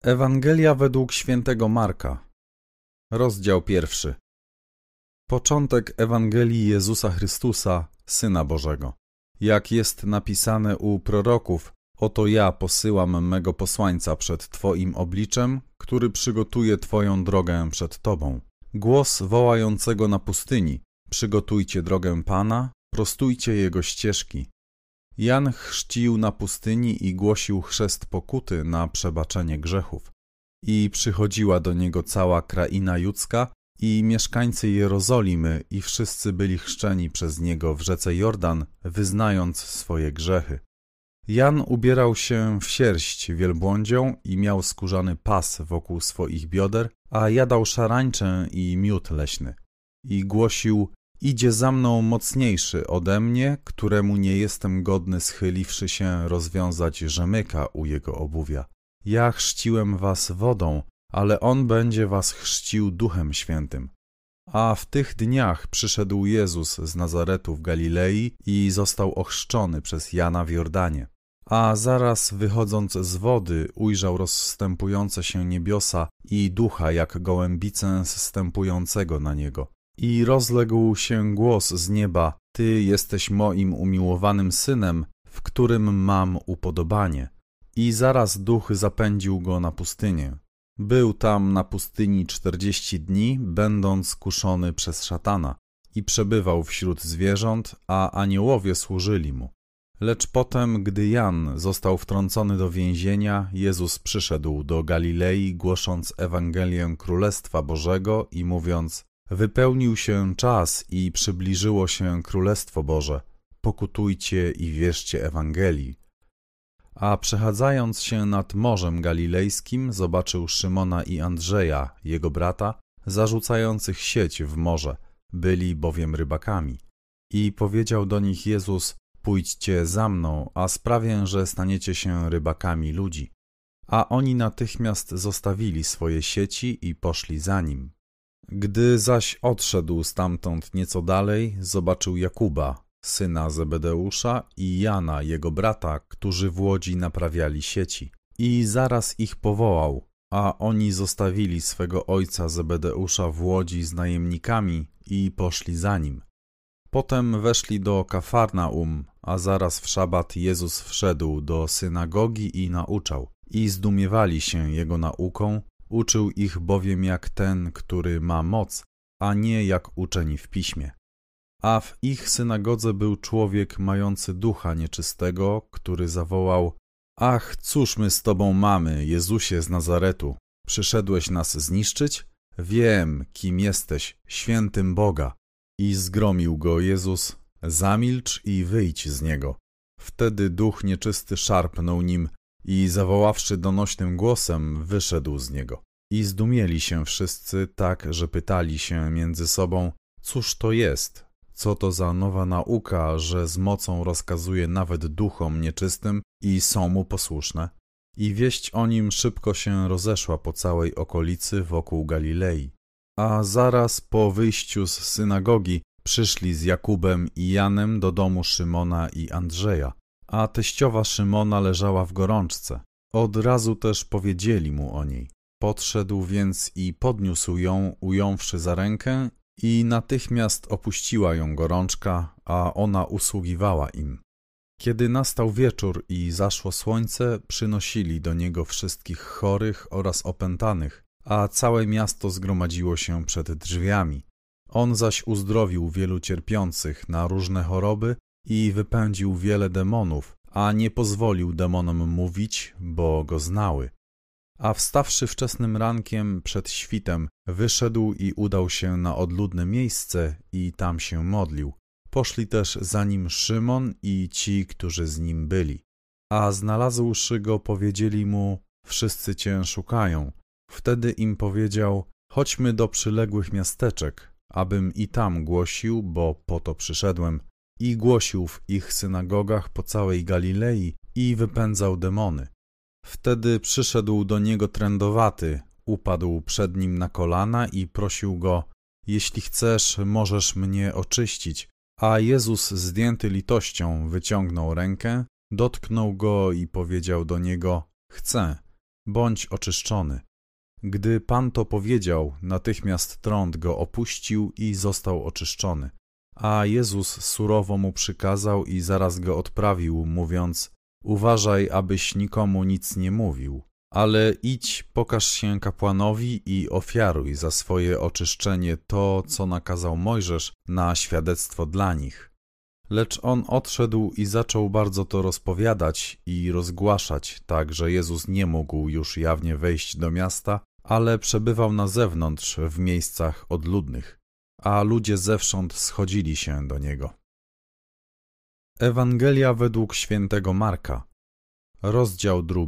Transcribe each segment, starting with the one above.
Ewangelia według świętego Marka. Rozdział 1. Początek Ewangelii Jezusa Chrystusa, Syna Bożego. Jak jest napisane u proroków: oto ja posyłam mego posłańca przed Twoim obliczem, który przygotuje Twoją drogę przed Tobą. Głos wołającego na pustyni: przygotujcie drogę Pana, prostujcie Jego ścieżki. Jan chrzcił na pustyni i głosił chrzest pokuty na przebaczenie grzechów. I przychodziła do niego cała kraina judzka i mieszkańcy Jerozolimy, i wszyscy byli chrzczeni przez niego w rzece Jordan, wyznając swoje grzechy. Jan ubierał się w sierść wielbłądzią i miał skórzany pas wokół swoich bioder, a jadał szarańczę i miód leśny. I głosił: idzie za mną mocniejszy ode mnie, któremu nie jestem godny, schyliwszy się, rozwiązać rzemyka u jego obuwia. Ja chrzciłem was wodą, ale on będzie was chrzcił Duchem Świętym. A w tych dniach przyszedł Jezus z Nazaretu w Galilei i został ochrzczony przez Jana w Jordanie. A zaraz wychodząc z wody ujrzał rozstępujące się niebiosa i Ducha jak gołębicę zstępującego na niego. I rozległ się głos z nieba: Ty jesteś moim umiłowanym Synem, w którym mam upodobanie. I zaraz Duch zapędził go na pustynię. Był tam na pustyni 40 dni, będąc kuszony przez szatana, i przebywał wśród zwierząt, a aniołowie służyli mu. Lecz potem, gdy Jan został wtrącony do więzienia, Jezus przyszedł do Galilei, głosząc Ewangelię Królestwa Bożego i mówiąc: wypełnił się czas i przybliżyło się Królestwo Boże. Pokutujcie i wierzcie Ewangelii. A przechadzając się nad Morzem Galilejskim, zobaczył Szymona i Andrzeja, jego brata, zarzucających sieć w morze, byli bowiem rybakami. I powiedział do nich Jezus: pójdźcie za mną, a sprawię, że staniecie się rybakami ludzi. A oni natychmiast zostawili swoje sieci i poszli za nim. Gdy zaś odszedł stamtąd nieco dalej, zobaczył Jakuba, syna Zebedeusza, i Jana, jego brata, którzy w łodzi naprawiali sieci. I zaraz ich powołał, a oni zostawili swego ojca Zebedeusza w łodzi z najemnikami i poszli za nim. Potem weszli do Kafarnaum, a zaraz w szabat Jezus wszedł do synagogi i nauczał. I zdumiewali się Jego nauką, uczył ich bowiem jak ten, który ma moc, a nie jak uczeni w piśmie. A w ich synagodze był człowiek mający ducha nieczystego, który zawołał: ach, cóż my z Tobą mamy, Jezusie z Nazaretu? Przyszedłeś nas zniszczyć? Wiem, kim jesteś, świętym Boga. I zgromił go Jezus: zamilcz i wyjdź z niego. Wtedy duch nieczysty szarpnął nim i zawoławszy donośnym głosem, wyszedł z niego. I zdumieli się wszyscy tak, że pytali się między sobą: cóż to jest? Co to za nowa nauka, że z mocą rozkazuje nawet duchom nieczystym i są mu posłuszne? I wieść o nim szybko się rozeszła po całej okolicy wokół Galilei. A zaraz po wyjściu z synagogi przyszli z Jakubem i Janem do domu Szymona i Andrzeja, a teściowa Szymona leżała w gorączce. Od razu też powiedzieli mu o niej. Podszedł więc i podniósł ją, ująwszy za rękę, i natychmiast opuściła ją gorączka, a ona usługiwała im. Kiedy nastał wieczór i zaszło słońce, przynosili do niego wszystkich chorych oraz opętanych, a całe miasto zgromadziło się przed drzwiami. On zaś uzdrowił wielu cierpiących na różne choroby i wypędził wiele demonów, a nie pozwolił demonom mówić, bo go znały. A wstawszy wczesnym rankiem przed świtem, wyszedł i udał się na odludne miejsce i tam się modlił. Poszli też za nim Szymon i ci, którzy z nim byli. A znalazłszy go, powiedzieli mu: wszyscy cię szukają. Wtedy im powiedział: chodźmy do przyległych miasteczek, abym i tam głosił, bo po to przyszedłem. I głosił w ich synagogach po całej Galilei i wypędzał demony. Wtedy przyszedł do niego trędowaty, upadł przed nim na kolana i prosił go: jeśli chcesz, możesz mnie oczyścić. A Jezus, zdjęty litością, wyciągnął rękę, dotknął go i powiedział do niego: chcę, bądź oczyszczony. Gdy Pan to powiedział, natychmiast trąd go opuścił i został oczyszczony. A Jezus surowo mu przykazał i zaraz go odprawił, mówiąc: uważaj, abyś nikomu nic nie mówił, ale idź, pokaż się kapłanowi i ofiaruj za swoje oczyszczenie to, co nakazał Mojżesz, na świadectwo dla nich. Lecz on odszedł i zaczął bardzo to rozpowiadać i rozgłaszać, tak że Jezus nie mógł już jawnie wejść do miasta, ale przebywał na zewnątrz w miejscach odludnych, a ludzie zewsząd schodzili się do Niego. Ewangelia według świętego Marka, rozdział 2.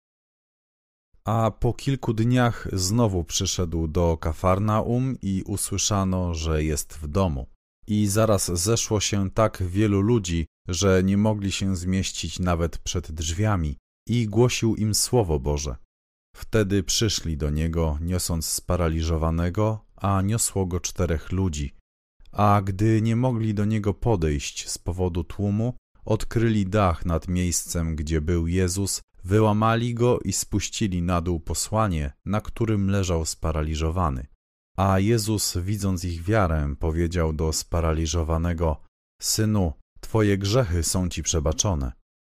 A po kilku dniach znowu przyszedł do Kafarnaum i usłyszano, że jest w domu. I zaraz zeszło się tak wielu ludzi, że nie mogli się zmieścić nawet przed drzwiami, i głosił im Słowo Boże. Wtedy przyszli do niego, niosąc sparaliżowanego, a niosło go 4 ludzi. A gdy nie mogli do niego podejść z powodu tłumu, odkryli dach nad miejscem, gdzie był Jezus, wyłamali go i spuścili na dół posłanie, na którym leżał sparaliżowany. A Jezus, widząc ich wiarę, powiedział do sparaliżowanego: Synu, twoje grzechy są ci przebaczone.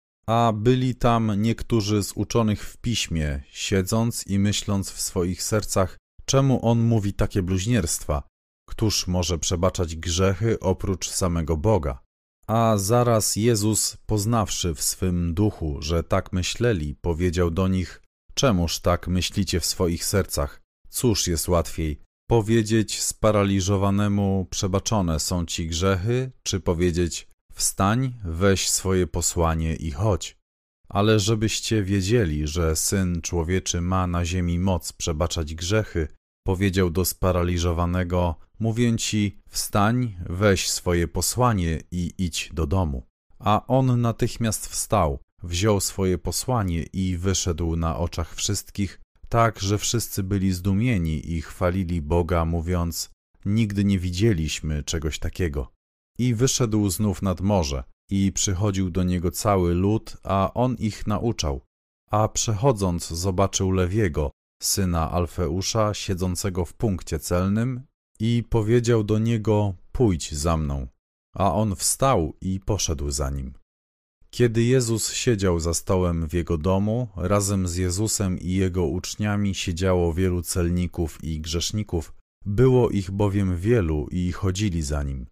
A byli tam niektórzy z uczonych w piśmie, siedząc i myśląc w swoich sercach, czemu on mówi takie bluźnierstwa? Któż może przebaczać grzechy oprócz samego Boga? A zaraz Jezus, poznawszy w swym duchu, że tak myśleli, powiedział do nich: czemuż tak myślicie w swoich sercach? Cóż jest łatwiej, powiedzieć sparaliżowanemu: przebaczone są ci grzechy, czy powiedzieć: wstań, weź swoje posłanie i chodź? Ale żebyście wiedzieli, że Syn Człowieczy ma na ziemi moc przebaczać grzechy, powiedział do sparaliżowanego: mówię ci, wstań, weź swoje posłanie i idź do domu. A on natychmiast wstał, wziął swoje posłanie i wyszedł na oczach wszystkich, tak, że wszyscy byli zdumieni i chwalili Boga, mówiąc: nigdy nie widzieliśmy czegoś takiego. I wyszedł znów nad morze i przychodził do niego cały lud, a on ich nauczał. A przechodząc zobaczył Lewiego, syna Alfeusza, siedzącego w punkcie celnym, i powiedział do niego: pójdź za mną. A on wstał i poszedł za nim. Kiedy Jezus siedział za stołem w jego domu, razem z Jezusem i jego uczniami siedziało wielu celników i grzeszników, było ich bowiem wielu i chodzili za nim.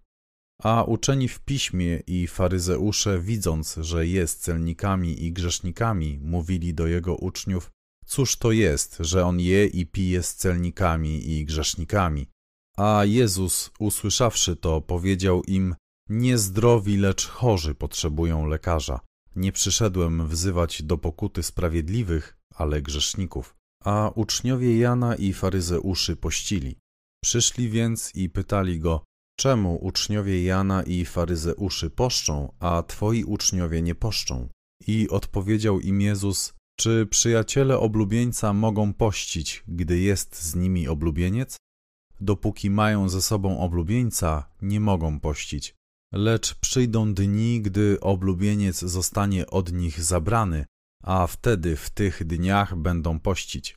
A uczeni w piśmie i faryzeusze, widząc, że jest celnikami i grzesznikami, mówili do jego uczniów: cóż to jest, że on je i pije z celnikami i grzesznikami? A Jezus, usłyszawszy to, powiedział im: nie zdrowi, lecz chorzy potrzebują lekarza. Nie przyszedłem wzywać do pokuty sprawiedliwych, ale grzeszników. A uczniowie Jana i faryzeuszy pościli. Przyszli więc i pytali go: czemu uczniowie Jana i faryzeuszy poszczą, a twoi uczniowie nie poszczą? I odpowiedział im Jezus: czy przyjaciele oblubieńca mogą pościć, gdy jest z nimi oblubieniec? Dopóki mają ze sobą oblubieńca, nie mogą pościć. Lecz przyjdą dni, gdy oblubieniec zostanie od nich zabrany, a wtedy w tych dniach będą pościć.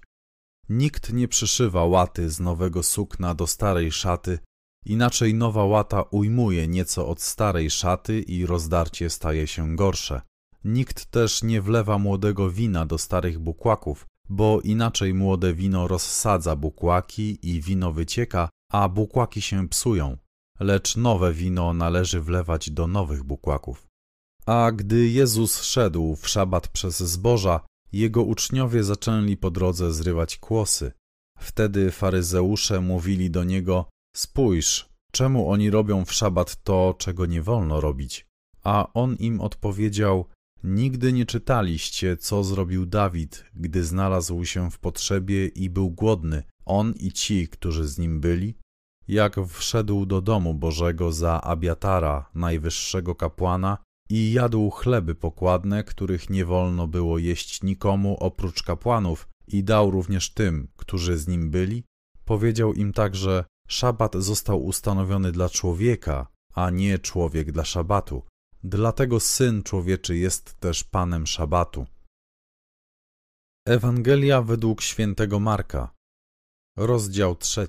Nikt nie przyszywa łaty z nowego sukna do starej szaty, inaczej nowa łata ujmuje nieco od starej szaty i rozdarcie staje się gorsze. Nikt też nie wlewa młodego wina do starych bukłaków, bo inaczej młode wino rozsadza bukłaki i wino wycieka, a bukłaki się psują. Lecz nowe wino należy wlewać do nowych bukłaków. A gdy Jezus szedł w szabat przez zboża, jego uczniowie zaczęli po drodze zrywać kłosy. Wtedy faryzeusze mówili do niego: spójrz, czemu oni robią w szabat to, czego nie wolno robić? A on im odpowiedział: nigdy nie czytaliście, co zrobił Dawid, gdy znalazł się w potrzebie i był głodny, on i ci, którzy z nim byli? Jak wszedł do domu Bożego za Abiatara, najwyższego kapłana, i jadł chleby pokładne, których nie wolno było jeść nikomu oprócz kapłanów, i dał również tym, którzy z nim byli? Powiedział im także: szabat został ustanowiony dla człowieka, a nie człowiek dla szabatu. Dlatego Syn Człowieczy jest też Panem szabatu. Ewangelia według świętego Marka, rozdział 3.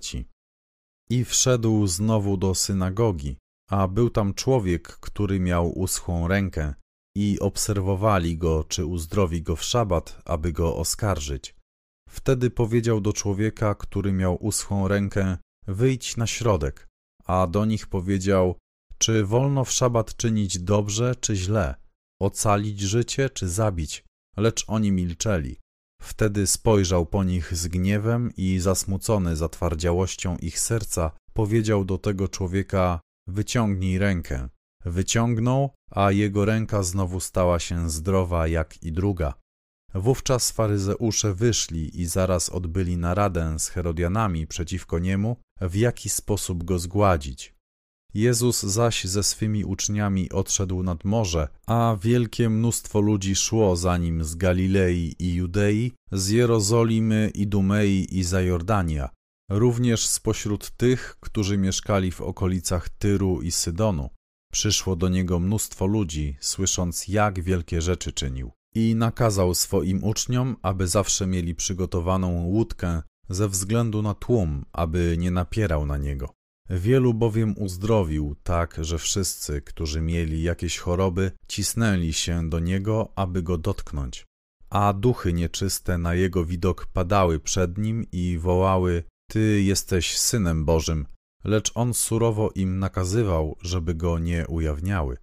I wszedł znowu do synagogi, a był tam człowiek, który miał uschłą rękę, i obserwowali go, czy uzdrowi go w szabat, aby go oskarżyć. Wtedy powiedział do człowieka, który miał uschłą rękę: wyjdź na środek, a do nich powiedział: czy wolno w szabat czynić dobrze, czy źle, ocalić życie, czy zabić? Lecz oni milczeli. Wtedy spojrzał po nich z gniewem i zasmucony zatwardziałością ich serca, powiedział do tego człowieka: wyciągnij rękę. Wyciągnął, a jego ręka znowu stała się zdrowa jak i druga. Wówczas faryzeusze wyszli i zaraz odbyli naradę z Herodianami przeciwko niemu, w jaki sposób go zgładzić. Jezus zaś ze swymi uczniami odszedł nad morze, a wielkie mnóstwo ludzi szło za nim z Galilei i Judei, z Jerozolimy, Idumei i Zajordania, również spośród tych, którzy mieszkali w okolicach Tyru i Sydonu. Przyszło do niego mnóstwo ludzi, słysząc, jak wielkie rzeczy czynił. I nakazał swoim uczniom, aby zawsze mieli przygotowaną łódkę ze względu na tłum, aby nie napierał na niego. Wielu bowiem uzdrowił, tak, że wszyscy, którzy mieli jakieś choroby, cisnęli się do niego, aby go dotknąć. A duchy nieczyste na jego widok padały przed nim i wołały: ty jesteś Synem Bożym, lecz on surowo im nakazywał, żeby go nie ujawniały.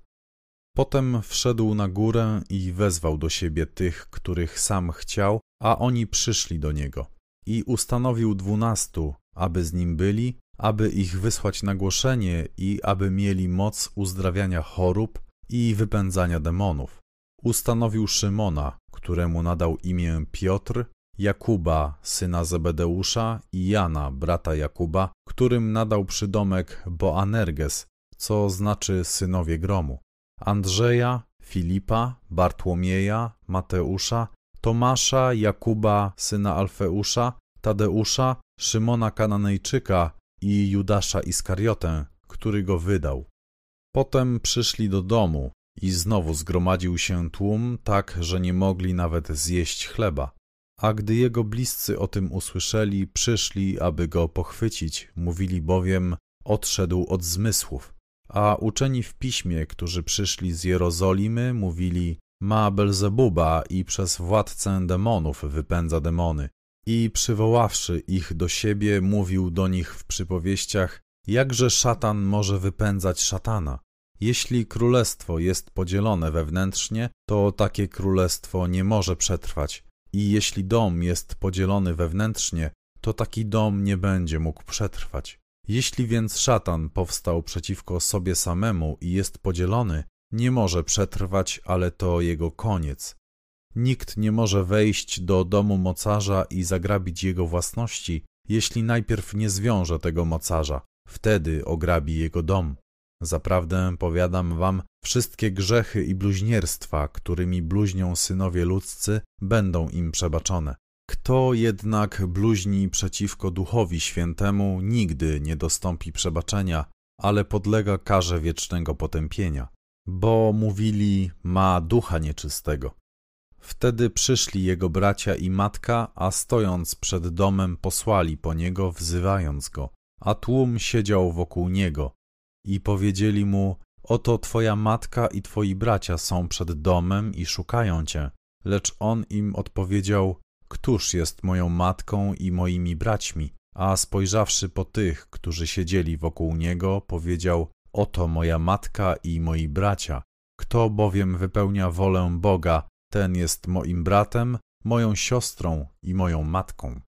Potem wszedł na górę i wezwał do siebie tych, których sam chciał, a oni przyszli do niego. I ustanowił 12, aby z nim byli, aby ich wysłać na głoszenie i aby mieli moc uzdrawiania chorób i wypędzania demonów. Ustanowił Szymona, któremu nadał imię Piotr, Jakuba, syna Zebedeusza, i Jana, brata Jakuba, którym nadał przydomek Boanerges, co znaczy synowie gromu, Andrzeja, Filipa, Bartłomieja, Mateusza, Tomasza, Jakuba, syna Alfeusza, Tadeusza, Szymona Kananejczyka i Judasza Iskariotę, który go wydał. Potem przyszli do domu i znowu zgromadził się tłum, tak, że nie mogli nawet zjeść chleba. A gdy jego bliscy o tym usłyszeli, przyszli, aby go pochwycić, mówili bowiem: odszedł od zmysłów. A uczeni w piśmie, którzy przyszli z Jerozolimy, mówili: ma Belzebuba i przez władcę demonów wypędza demony. I przywoławszy ich do siebie, mówił do nich w przypowieściach: jakże szatan może wypędzać szatana? Jeśli królestwo jest podzielone wewnętrznie, to takie królestwo nie może przetrwać. I jeśli dom jest podzielony wewnętrznie, to taki dom nie będzie mógł przetrwać. Jeśli więc szatan powstał przeciwko sobie samemu i jest podzielony, nie może przetrwać, ale to jego koniec. Nikt nie może wejść do domu mocarza i zagrabić jego własności, jeśli najpierw nie zwiąże tego mocarza. Wtedy ograbi jego dom. Zaprawdę powiadam wam, wszystkie grzechy i bluźnierstwa, którymi bluźnią synowie ludzcy, będą im przebaczone. Kto jednak bluźni przeciwko Duchowi Świętemu, nigdy nie dostąpi przebaczenia, ale podlega karze wiecznego potępienia. Bo mówili: ma ducha nieczystego. Wtedy przyszli jego bracia i matka, a stojąc przed domem posłali po niego, wzywając go. A tłum siedział wokół niego. I powiedzieli mu: oto twoja matka i twoi bracia są przed domem i szukają cię. Lecz on im odpowiedział: któż jest moją matką i moimi braćmi? A spojrzawszy po tych, którzy siedzieli wokół niego, powiedział: oto moja matka i moi bracia. Kto bowiem wypełnia wolę Boga, ten jest moim bratem, moją siostrą i moją matką.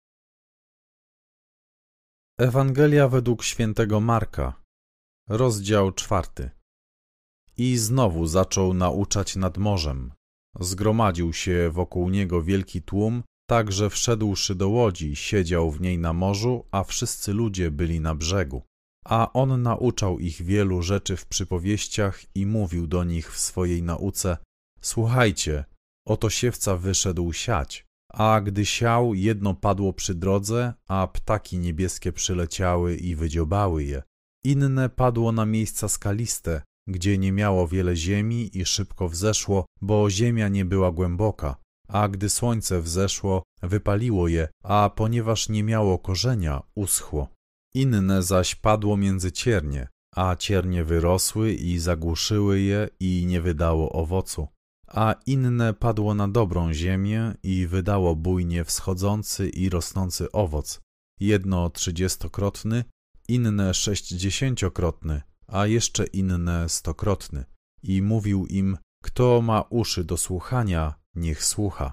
Ewangelia według świętego Marka, rozdział 4. I znowu zaczął nauczać nad morzem. Zgromadził się wokół niego wielki tłum, tak że wszedłszy do łodzi, siedział w niej na morzu, a wszyscy ludzie byli na brzegu. A on nauczał ich wielu rzeczy w przypowieściach i mówił do nich w swojej nauce: słuchajcie, oto siewca wyszedł siać. A gdy siał, jedno padło przy drodze, a ptaki niebieskie przyleciały i wydziobały je. Inne padło na miejsca skaliste, gdzie nie miało wiele ziemi i szybko wzeszło, bo ziemia nie była głęboka. a gdy słońce wzeszło, wypaliło je, a ponieważ nie miało korzenia, uschło. Inne zaś padło między ciernie, a ciernie wyrosły i zagłuszyły je i nie wydało owocu. A inne padło na dobrą ziemię i wydało bujnie wschodzący i rosnący owoc, jedno 30-krotny, inne 60-krotny, a jeszcze inne 100-krotny. I mówił im, kto ma uszy do słuchania, niech słucha.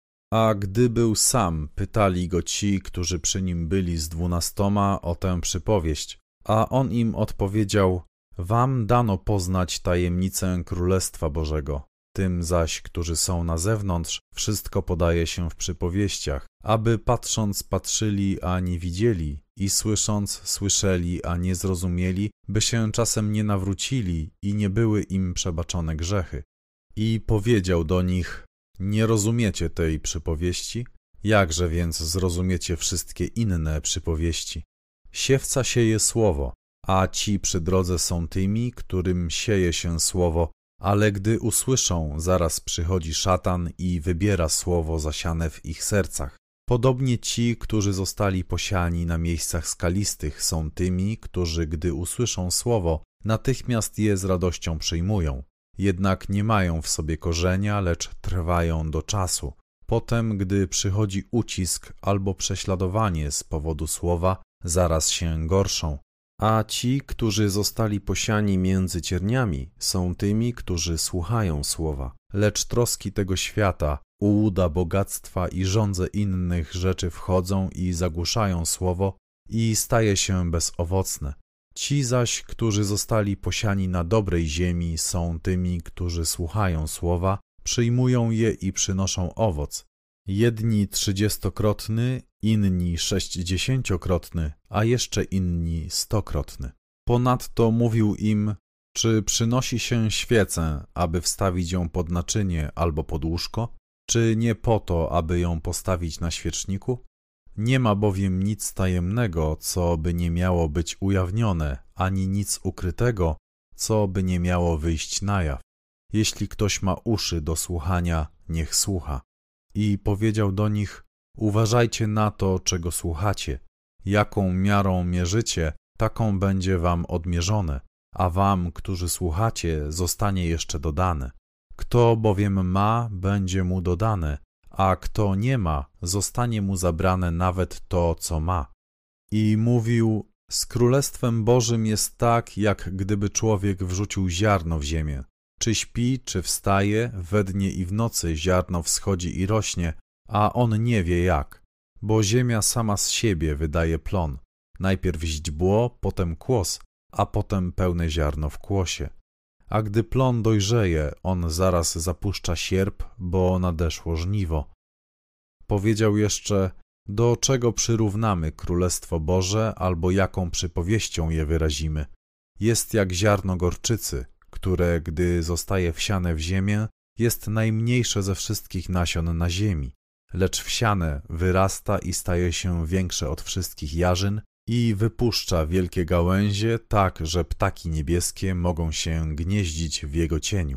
A gdy był sam, pytali go ci, którzy przy nim byli z 12 o tę przypowieść, a on im odpowiedział, wam dano poznać tajemnicę Królestwa Bożego. Tym zaś, którzy są na zewnątrz, wszystko podaje się w przypowieściach, aby patrząc patrzyli, a nie widzieli, i słysząc słyszeli, a nie zrozumieli, by się czasem nie nawrócili i nie były im przebaczone grzechy. I powiedział do nich, nie rozumiecie tej przypowieści? Jakże więc zrozumiecie wszystkie inne przypowieści? Siewca sieje słowo, a ci przy drodze są tymi, którym sieje się słowo, ale gdy usłyszą, zaraz przychodzi szatan i wybiera słowo zasiane w ich sercach. Podobnie ci, którzy zostali posiani na miejscach skalistych, są tymi, którzy, gdy usłyszą słowo, natychmiast je z radością przyjmują. Jednak nie mają w sobie korzenia, lecz trwają do czasu. Potem, gdy przychodzi ucisk albo prześladowanie z powodu słowa, zaraz się gorszą. A ci, którzy zostali posiani między cierniami, są tymi, którzy słuchają słowa. Lecz troski tego świata, ułuda bogactwa i żądze innych rzeczy wchodzą i zagłuszają słowo i staje się bezowocne. Ci zaś, którzy zostali posiani na dobrej ziemi, są tymi, którzy słuchają słowa, przyjmują je i przynoszą owoc. Jedni 30-krotny, inni 60-krotny, a jeszcze inni 100-krotny. Ponadto mówił im, czy przynosi się świecę, aby wstawić ją pod naczynie albo pod łóżko, czy nie po to, aby ją postawić na świeczniku? Nie ma bowiem nic tajemnego, co by nie miało być ujawnione, ani nic ukrytego, co by nie miało wyjść na jaw. Jeśli ktoś ma uszy do słuchania, niech słucha. I powiedział do nich, uważajcie na to, czego słuchacie. Jaką miarą mierzycie, taką będzie wam odmierzone, a wam, którzy słuchacie, zostanie jeszcze dodane. Kto bowiem ma, będzie mu dodane, a kto nie ma, zostanie mu zabrane nawet to, co ma. I mówił, z Królestwem Bożym jest tak, jak gdyby człowiek wrzucił ziarno w ziemię. Czy śpi, czy wstaje, we dnie i w nocy ziarno wschodzi i rośnie, a on nie wie jak. Bo ziemia sama z siebie wydaje plon. Najpierw źdźbło, potem kłos, a potem pełne ziarno w kłosie. A gdy plon dojrzeje, on zaraz zapuszcza sierp, bo nadeszło żniwo. Powiedział jeszcze, do czego przyrównamy Królestwo Boże, albo jaką przypowieścią je wyrazimy. Jest jak ziarno gorczycy, które, gdy zostaje wsiane w ziemię, jest najmniejsze ze wszystkich nasion na ziemi, lecz wsiane wyrasta i staje się większe od wszystkich jarzyn i wypuszcza wielkie gałęzie, tak, że ptaki niebieskie mogą się gnieździć w jego cieniu.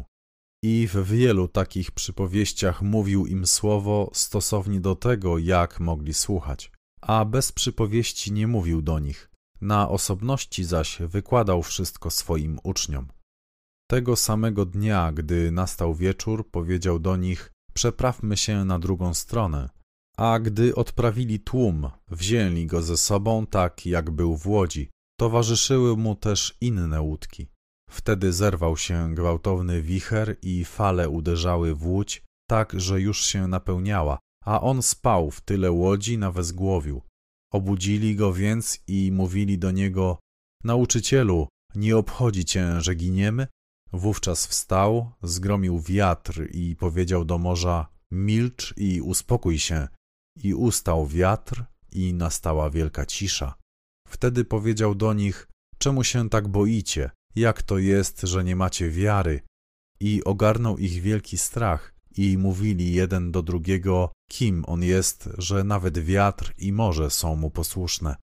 I w wielu takich przypowieściach mówił im słowo stosownie do tego, jak mogli słuchać, a bez przypowieści nie mówił do nich, na osobności zaś wykładał wszystko swoim uczniom. Tego samego dnia, gdy nastał wieczór, powiedział do nich, przeprawmy się na drugą stronę. A gdy odprawili tłum, wzięli go ze sobą tak, jak był w łodzi. Towarzyszyły mu też inne łódki. Wtedy zerwał się gwałtowny wicher i fale uderzały w łódź, tak, że już się napełniała, a on spał w tyle łodzi na wezgłowiu. Obudzili go więc i mówili do niego, nauczycielu, nie obchodzi cię, że giniemy? Wówczas wstał, zgromił wiatr i powiedział do morza, milcz i uspokój się. I ustał wiatr i nastała wielka cisza. Wtedy powiedział do nich, czemu się tak boicie? Jak to jest, że nie macie wiary? I ogarnął ich wielki strach i mówili jeden do drugiego, kim on jest, że nawet wiatr i morze są mu posłuszne.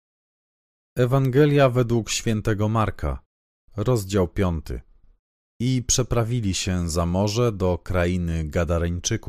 Ewangelia według świętego Marka, rozdział 5. I przeprawili się za morze do krainy Gadareńczyków,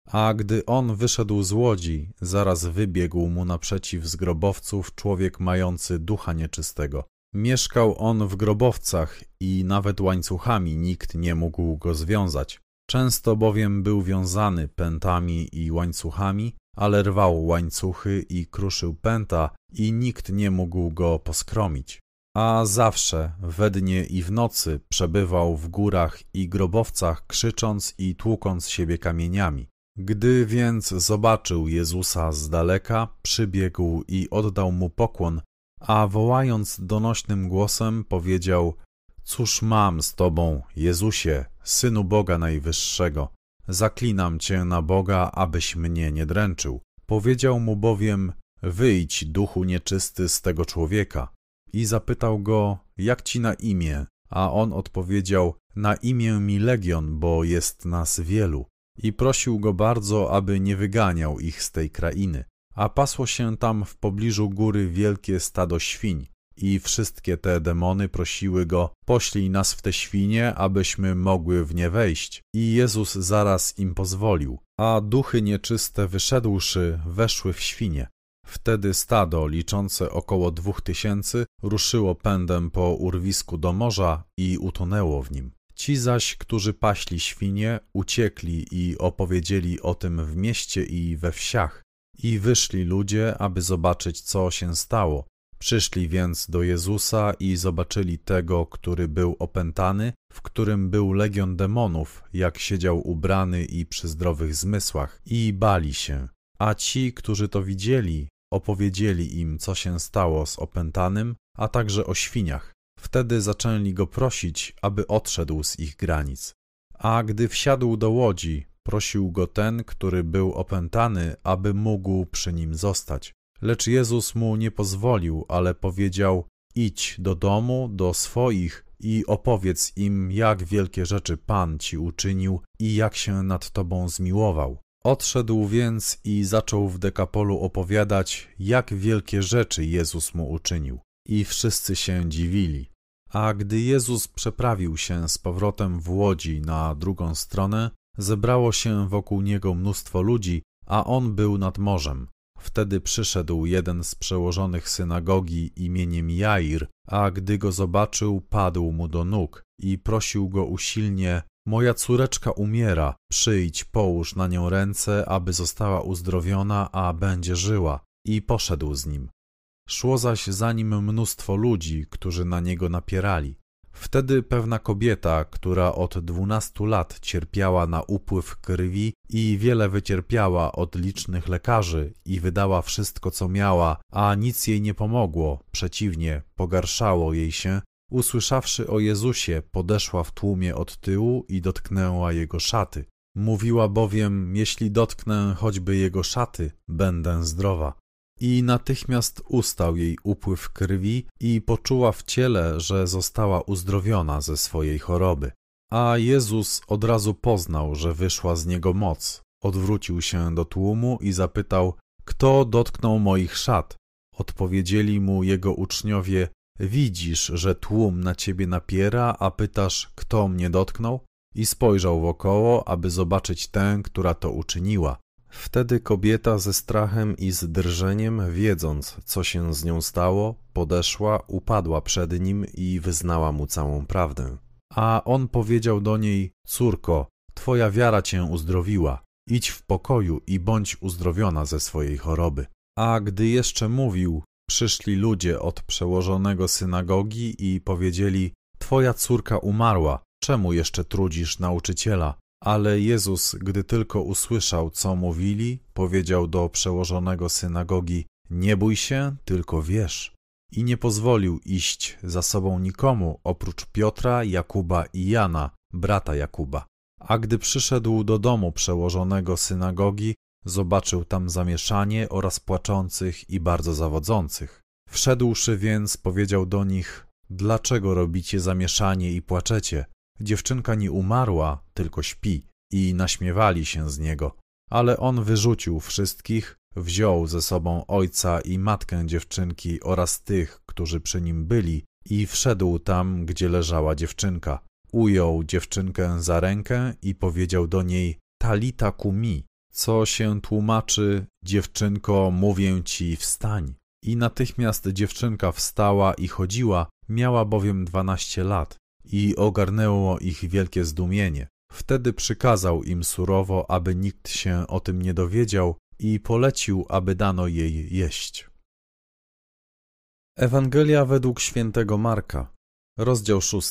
A gdy on wyszedł z łodzi, zaraz wybiegł mu naprzeciw z grobowców człowiek mający ducha nieczystego. Mieszkał on w grobowcach i nawet łańcuchami nikt nie mógł go związać. Często bowiem był wiązany pętami i łańcuchami, ale rwał łańcuchy i kruszył pęta i nikt nie mógł go poskromić. A zawsze we dnie i w nocy przebywał w górach i grobowcach, krzycząc i tłukąc siebie kamieniami. Gdy więc zobaczył Jezusa z daleka, przybiegł i oddał mu pokłon, a wołając donośnym głosem powiedział: Cóż mam z Tobą, Jezusie, Synu Boga Najwyższego? Zaklinam Cię na Boga, abyś mnie nie dręczył. Powiedział mu bowiem: Wyjdź, duchu nieczysty, z tego człowieka. I zapytał go: Jak ci na imię? A on odpowiedział: Na imię mi Legion, bo jest nas wielu. I prosił go bardzo, aby nie wyganiał ich z tej krainy. A pasło się tam w pobliżu góry wielkie stado świń. I wszystkie te demony prosiły go: Poślij nas w te świnie, abyśmy mogły w nie wejść. I Jezus zaraz im pozwolił. A duchy nieczyste wyszedłszy, weszły w świnie. Wtedy stado, liczące około 2000, ruszyło pędem po urwisku do morza i utonęło w nim. Ci zaś, którzy paśli świnie, uciekli i opowiedzieli o tym w mieście i we wsiach. I wyszli ludzie, aby zobaczyć, co się stało. Przyszli więc do Jezusa i zobaczyli tego, który był opętany, w którym był legion demonów, jak siedział ubrany i przy zdrowych zmysłach, i bali się. A ci, którzy to widzieli, opowiedzieli im, co się stało z opętanym, a także o świniach. Wtedy zaczęli go prosić, aby odszedł z ich granic. A gdy wsiadł do łodzi, prosił go ten, który był opętany, aby mógł przy nim zostać. Lecz Jezus mu nie pozwolił, ale powiedział: Idź do domu, do swoich i opowiedz im, jak wielkie rzeczy Pan ci uczynił i jak się nad tobą zmiłował. Odszedł więc i zaczął w Dekapolu opowiadać, jak wielkie rzeczy Jezus mu uczynił. I wszyscy się dziwili. A gdy Jezus przeprawił się z powrotem w łodzi na drugą stronę, zebrało się wokół niego mnóstwo ludzi, a on był nad morzem. Wtedy przyszedł jeden z przełożonych synagogi imieniem Jair, a gdy go zobaczył, padł mu do nóg i prosił go usilnie: Moja córeczka umiera, przyjdź, połóż na nią ręce, aby została uzdrowiona, a będzie żyła. I poszedł z nim. Szło zaś za nim mnóstwo ludzi, którzy na niego napierali. Wtedy pewna kobieta, która od 12 lat cierpiała na upływ krwi i wiele wycierpiała od licznych lekarzy i wydała wszystko, co miała, a nic jej nie pomogło, przeciwnie, pogarszało jej się, usłyszawszy o Jezusie, podeszła w tłumie od tyłu i dotknęła jego szaty. Mówiła bowiem: Jeśli dotknę choćby jego szaty, będę zdrowa. I natychmiast ustał jej upływ krwi i poczuła w ciele, że została uzdrowiona ze swojej choroby. A Jezus od razu poznał, że wyszła z niego moc. Odwrócił się do tłumu i zapytał: Kto dotknął moich szat? Odpowiedzieli mu jego uczniowie: Widzisz, że tłum na ciebie napiera, a pytasz: Kto mnie dotknął? I spojrzał wokoło, aby zobaczyć tę, która to uczyniła. Wtedy kobieta ze strachem i z drżeniem, wiedząc, co się z nią stało, podeszła, upadła przed nim i wyznała mu całą prawdę. A on powiedział do niej: Córko, twoja wiara cię uzdrowiła. Idź w pokoju i bądź uzdrowiona ze swojej choroby. A gdy jeszcze mówił, przyszli ludzie od przełożonego synagogi i powiedzieli: Twoja córka umarła, czemu jeszcze trudzisz nauczyciela? Ale Jezus, gdy tylko usłyszał, co mówili, powiedział do przełożonego synagogi: Nie bój się, tylko wierz. I nie pozwolił iść za sobą nikomu, oprócz Piotra, Jakuba i Jana, brata Jakuba. A gdy przyszedł do domu przełożonego synagogi, zobaczył tam zamieszanie oraz płaczących i bardzo zawodzących. Wszedłszy więc, powiedział do nich: Dlaczego robicie zamieszanie i płaczecie? Dziewczynka nie umarła, tylko śpi. I naśmiewali się z niego. Ale on wyrzucił wszystkich, wziął ze sobą ojca i matkę dziewczynki oraz tych, którzy przy nim byli, i wszedł tam, gdzie leżała dziewczynka. Ujął dziewczynkę za rękę i powiedział do niej: Talita kumi, co się tłumaczy: dziewczynko, mówię ci, wstań. I natychmiast dziewczynka wstała i chodziła, miała bowiem 12 lat i ogarnęło ich wielkie zdumienie. Wtedy przykazał im surowo, aby nikt się o tym nie dowiedział i polecił, aby dano jej jeść. Ewangelia według świętego Marka, rozdział 6.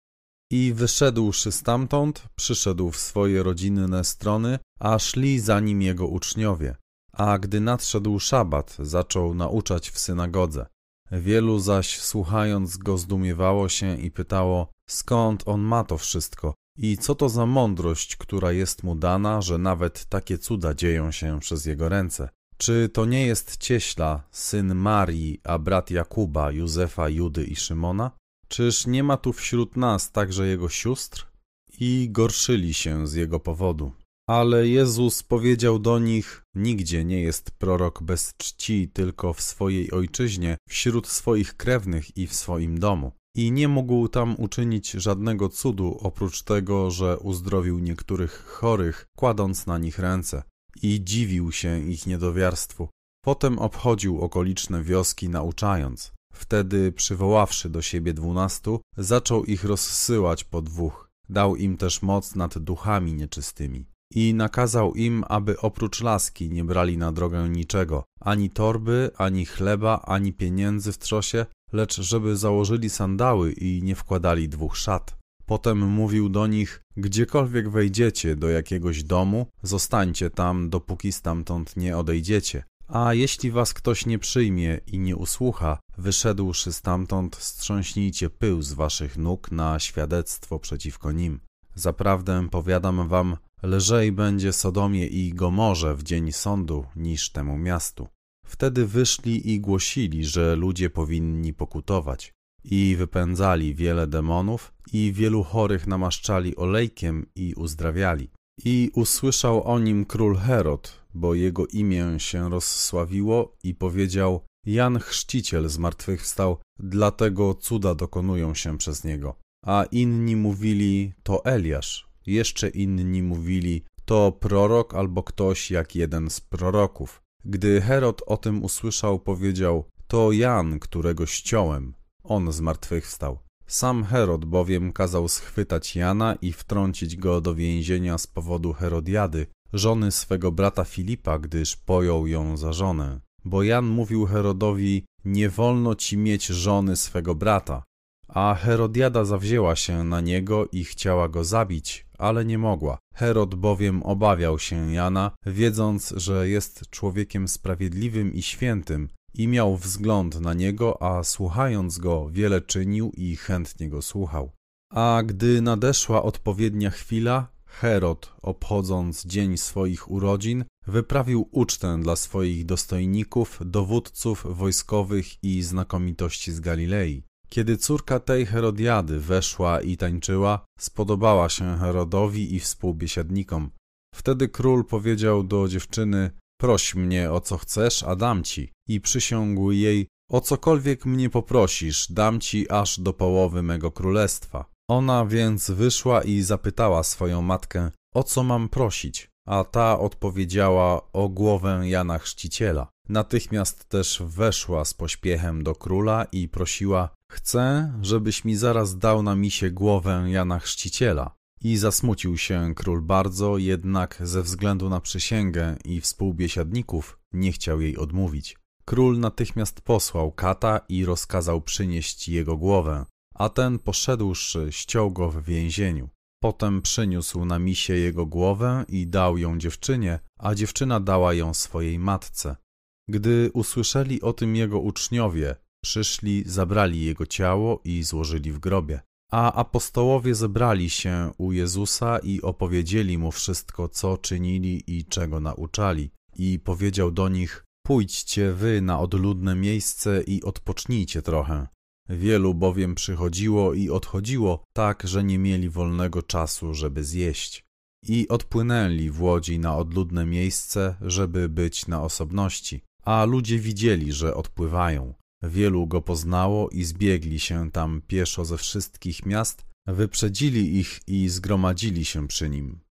I wyszedłszy stamtąd, przyszedł w swoje rodzinne strony, a szli za nim jego uczniowie. A gdy nadszedł szabat, zaczął nauczać w synagodze. Wielu zaś, słuchając go, zdumiewało się i pytało, skąd on ma to wszystko i co to za mądrość, która jest mu dana, że nawet takie cuda dzieją się przez jego ręce. Czy to nie jest cieśla, syn Marii, a brat Jakuba, Józefa, Judy i Szymona? Czyż nie ma tu wśród nas także jego sióstr? I gorszyli się z jego powodu. Ale Jezus powiedział do nich, nigdzie nie jest prorok bez czci, tylko w swojej ojczyźnie, wśród swoich krewnych i w swoim domu. I nie mógł tam uczynić żadnego cudu, oprócz tego, że uzdrowił niektórych chorych, kładąc na nich ręce. I dziwił się ich niedowiarstwu. Potem obchodził okoliczne wioski, nauczając. Wtedy, przywoławszy do siebie 12, zaczął ich rozsyłać po 2. Dał im też moc nad duchami nieczystymi. I nakazał im, aby oprócz laski nie brali na drogę niczego, ani torby, ani chleba, ani pieniędzy w trzosie, lecz żeby założyli sandały i nie wkładali 2 szat. Potem mówił do nich, gdziekolwiek wejdziecie do jakiegoś domu, zostańcie tam, dopóki stamtąd nie odejdziecie. A jeśli was ktoś nie przyjmie i nie usłucha, wyszedłszy stamtąd, strząśnijcie pył z waszych nóg na świadectwo przeciwko nim. Zaprawdę powiadam wam, lżej będzie Sodomie i Gomorze w dzień sądu niż temu miastu. Wtedy wyszli i głosili, że ludzie powinni pokutować. I wypędzali wiele demonów i wielu chorych namaszczali olejkiem i uzdrawiali. I usłyszał o nim król Herod, bo jego imię się rozsławiło i powiedział, Jan Chrzciciel zmartwychwstał, dlatego cuda dokonują się przez niego. A inni mówili, to Eliasz. Jeszcze inni mówili, to prorok albo ktoś jak jeden z proroków. Gdy Herod o tym usłyszał, powiedział, to Jan, którego ściąłem. On zmartwychwstał. Sam Herod bowiem kazał schwytać Jana i wtrącić go do więzienia z powodu Herodiady, żony swego brata Filipa, gdyż pojął ją za żonę. Bo Jan mówił Herodowi, nie wolno ci mieć żony swego brata. A Herodiada zawzięła się na niego i chciała go zabić, ale nie mogła. Herod bowiem obawiał się Jana, wiedząc, że jest człowiekiem sprawiedliwym i świętym, i miał wzgląd na niego, a słuchając go wiele czynił i chętnie go słuchał. A gdy nadeszła odpowiednia chwila, Herod, obchodząc dzień swoich urodzin, wyprawił ucztę dla swoich dostojników, dowódców wojskowych i znakomitości z Galilei. Kiedy córka tej Herodiady weszła i tańczyła, spodobała się Herodowi i współbiesiadnikom. Wtedy król powiedział do dziewczyny, proś mnie o co chcesz, a dam ci. I przysiągł jej, o cokolwiek mnie poprosisz, dam ci aż do połowy mego królestwa. Ona więc wyszła i zapytała swoją matkę, o co mam prosić? A ta odpowiedziała, o głowę Jana Chrzciciela. Natychmiast też weszła z pośpiechem do króla i prosiła, chcę, żebyś mi zaraz dał na misie głowę Jana Chrzciciela. I zasmucił się król bardzo, jednak ze względu na przysięgę i współbiesiadników nie chciał jej odmówić. Król natychmiast posłał kata i rozkazał przynieść jego głowę, a ten poszedłszy ściął go w więzieniu. Potem przyniósł na misie jego głowę i dał ją dziewczynie, a dziewczyna dała ją swojej matce. Gdy usłyszeli o tym jego uczniowie, przyszli, zabrali jego ciało i złożyli w grobie. A apostołowie zebrali się u Jezusa i opowiedzieli mu wszystko, co czynili i czego nauczali. I powiedział do nich, pójdźcie wy na odludne miejsce i odpocznijcie trochę. Wielu bowiem przychodziło i odchodziło, tak, że nie mieli wolnego czasu, żeby zjeść. I odpłynęli w łodzi na odludne miejsce, żeby być na osobności. A ludzie widzieli, że odpływają. Wielu go poznało i zbiegli się tam pieszo ze wszystkich miast, wyprzedzili ich i zgromadzili się przy nim.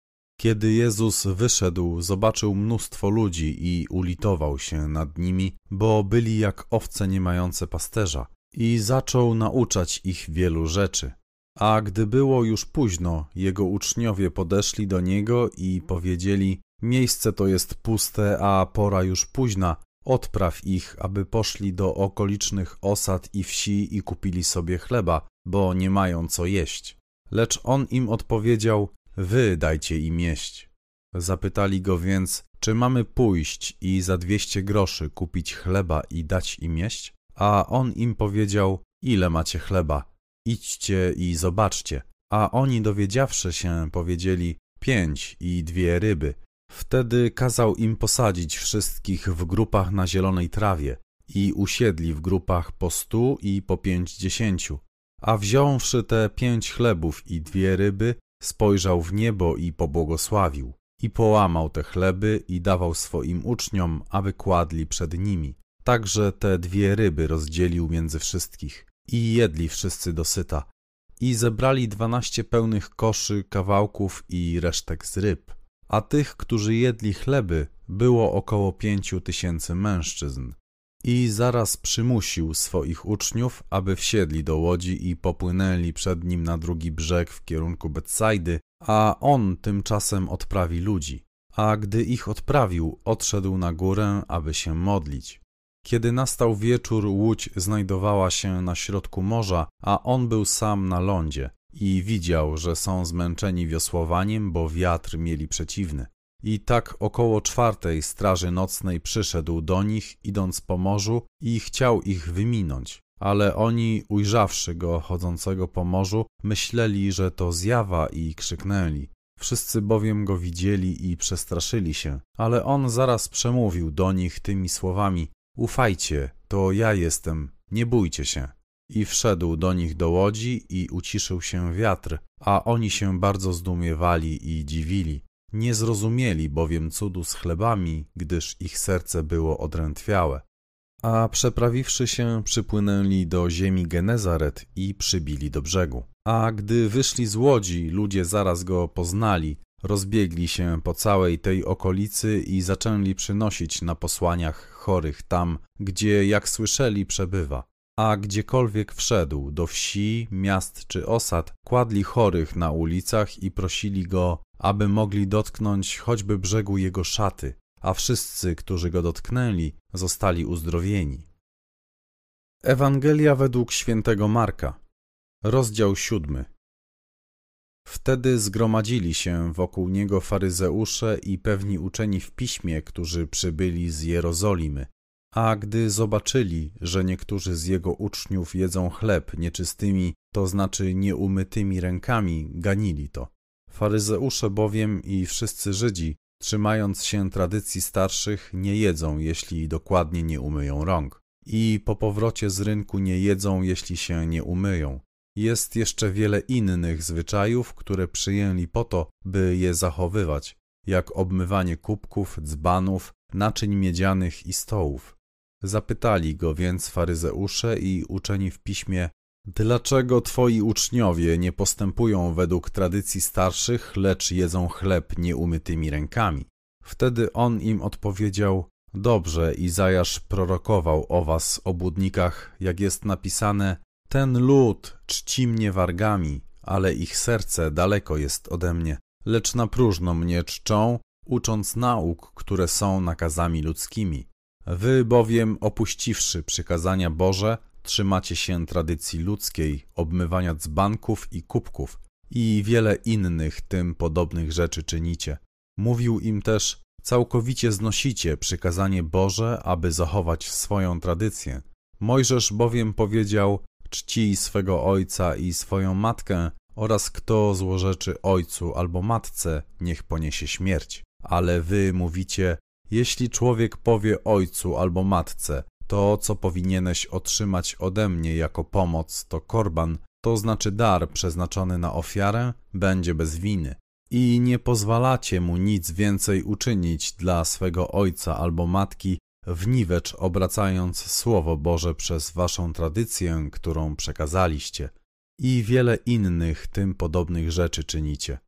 Kiedy Jezus wyszedł, zobaczył mnóstwo ludzi i ulitował się nad nimi, bo byli jak owce nie mające pasterza, i zaczął nauczać ich wielu rzeczy. A gdy było już późno, jego uczniowie podeszli do niego i powiedzieli: miejsce to jest puste, a pora już późna. Odpraw ich, aby poszli do okolicznych osad i wsi i kupili sobie chleba, bo nie mają co jeść. Lecz on im odpowiedział: wy dajcie im jeść. Zapytali go więc: czy mamy pójść i za 200 groszy kupić chleba i dać im jeść? A on im powiedział: ile macie chleba? Idźcie i zobaczcie. A oni, dowiedziawszy się, powiedzieli: 5 i 2 ryby. Wtedy kazał im posadzić wszystkich w grupach na zielonej trawie i usiedli w grupach po 100 i po 50. A wziąwszy te 5 chlebów i 2 ryby, spojrzał w niebo i pobłogosławił. I połamał te chleby i dawał swoim uczniom, aby kładli przed nimi. Także te 2 ryby rozdzielił między wszystkich. I jedli wszyscy dosyta. I zebrali 12 pełnych koszy kawałków i resztek z ryb. A tych, którzy jedli chleby, było około 5000 mężczyzn. I zaraz przymusił swoich uczniów, aby wsiedli do łodzi i popłynęli przed nim na drugi brzeg w kierunku Betsajdy, a on tymczasem odprawi ludzi. A gdy ich odprawił, odszedł na górę, aby się modlić. Kiedy nastał wieczór, łódź znajdowała się na środku morza, a on był sam na lądzie i widział, że są zmęczeni wiosłowaniem, bo wiatr mieli przeciwny. I tak około 4 straży nocnej przyszedł do nich, idąc po morzu, i chciał ich wyminąć. Ale oni, ujrzawszy go chodzącego po morzu, myśleli, że to zjawa, i krzyknęli. Wszyscy bowiem go widzieli i przestraszyli się. Ale on zaraz przemówił do nich tymi słowami: ufajcie, to ja jestem, nie bójcie się. I wszedł do nich do łodzi i uciszył się wiatr, a oni się bardzo zdumiewali i dziwili. Nie zrozumieli bowiem cudu z chlebami, gdyż ich serce było odrętwiałe. A przeprawiwszy się, przypłynęli do ziemi Genezaret i przybili do brzegu. A gdy wyszli z łodzi, ludzie zaraz go poznali, rozbiegli się po całej tej okolicy i zaczęli przynosić na posłaniach chorych tam, gdzie, jak słyszeli, przebywa. A gdziekolwiek wszedł, do wsi, miast czy osad, kładli chorych na ulicach i prosili go, aby mogli dotknąć choćby brzegu jego szaty, a wszyscy, którzy go dotknęli, zostali uzdrowieni. Ewangelia według świętego Marka, rozdział 7. Wtedy zgromadzili się wokół niego faryzeusze i pewni uczeni w piśmie, którzy przybyli z Jerozolimy. A gdy zobaczyli, że niektórzy z jego uczniów jedzą chleb nieczystymi, to znaczy nieumytymi rękami, ganili to. Faryzeusze bowiem i wszyscy Żydzi, trzymając się tradycji starszych, nie jedzą, jeśli dokładnie nie umyją rąk. I po powrocie z rynku nie jedzą, jeśli się nie umyją. Jest jeszcze wiele innych zwyczajów, które przyjęli po to, by je zachowywać, jak obmywanie kubków, dzbanów, naczyń miedzianych i stołów. Zapytali go więc faryzeusze i uczeni w piśmie: dlaczego twoi uczniowie nie postępują według tradycji starszych, lecz jedzą chleb nieumytymi rękami? Wtedy on im odpowiedział: dobrze Izajasz prorokował o was, obłudnikach, jak jest napisane: ten lud czci mnie wargami, ale ich serce daleko jest ode mnie, lecz na próżno mnie czczą, ucząc nauk, które są nakazami ludzkimi. Wy bowiem, opuściwszy przykazania Boże, trzymacie się tradycji ludzkiej, obmywania dzbanków i kubków i wiele innych tym podobnych rzeczy czynicie. Mówił im też: całkowicie znosicie przykazanie Boże, aby zachować swoją tradycję. Mojżesz bowiem powiedział: czcij swego ojca i swoją matkę, oraz kto złorzeczy ojcu albo matce, niech poniesie śmierć. Ale wy mówicie: jeśli człowiek powie ojcu albo matce: to, co powinieneś otrzymać ode mnie jako pomoc, to korban, to znaczy dar przeznaczony na ofiarę, będzie bez winy. I nie pozwalacie mu nic więcej uczynić dla swego ojca albo matki, wniwecz obracając Słowo Boże przez waszą tradycję, którą przekazaliście. I wiele innych tym podobnych rzeczy czynicie.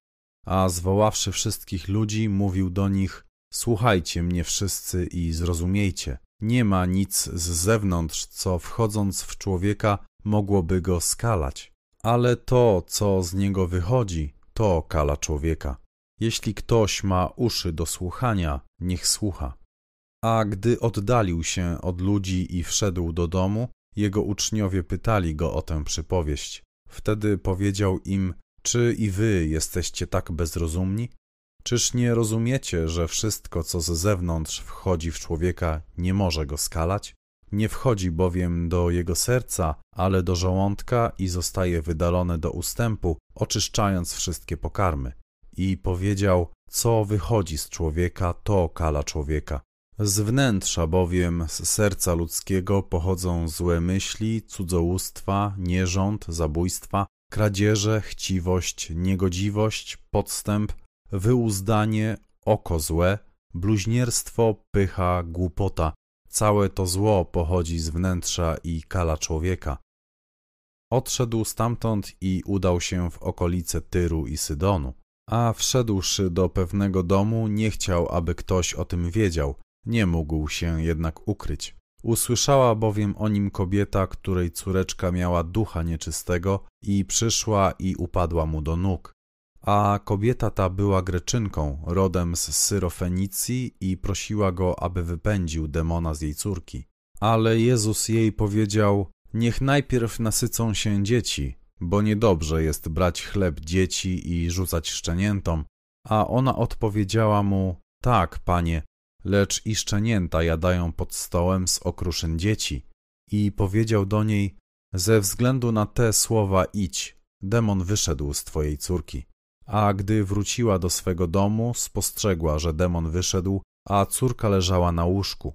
a zwoławszy wszystkich ludzi, mówił do nich: słuchajcie mnie wszyscy i zrozumiejcie. Nie ma nic z zewnątrz, co wchodząc w człowieka mogłoby go skalać, ale to, co z niego wychodzi, to kala człowieka. Jeśli ktoś ma uszy do słuchania, niech słucha. A gdy oddalił się od ludzi i wszedł do domu, jego uczniowie pytali go o tę przypowieść. Wtedy powiedział im: czy i wy jesteście tak bezrozumni? Czyż nie rozumiecie, że wszystko, co z zewnątrz wchodzi w człowieka, nie może go skalać? Nie wchodzi bowiem do jego serca, ale do żołądka i zostaje wydalone do ustępu, oczyszczając wszystkie pokarmy. I powiedział: co wychodzi z człowieka, to kala człowieka. Z wnętrza bowiem, z serca ludzkiego pochodzą złe myśli, cudzołóstwa, nierząd, zabójstwa, kradzieże, chciwość, niegodziwość, podstęp, wyuzdanie, oko złe, bluźnierstwo, pycha, głupota. Całe to zło pochodzi z wnętrza i kala człowieka. Odszedł stamtąd i udał się w okolice Tyru i Sydonu. A wszedłszy do pewnego domu, nie chciał, aby ktoś o tym wiedział, nie mógł się jednak ukryć. Usłyszała bowiem o nim kobieta, której córeczka miała ducha nieczystego i przyszła i upadła mu do nóg. A kobieta ta była Greczynką, rodem z Syrofenicji i prosiła go, aby wypędził demona z jej córki. Ale Jezus jej powiedział: niech najpierw nasycą się dzieci, bo niedobrze jest brać chleb dzieci i rzucać szczeniętom. A ona odpowiedziała mu: tak, Panie, lecz i szczenięta jadają pod stołem z okruszyn dzieci. I powiedział do niej: ze względu na te słowa idź, demon wyszedł z twojej córki. A gdy wróciła do swego domu, spostrzegła, że demon wyszedł, a córka leżała na łóżku.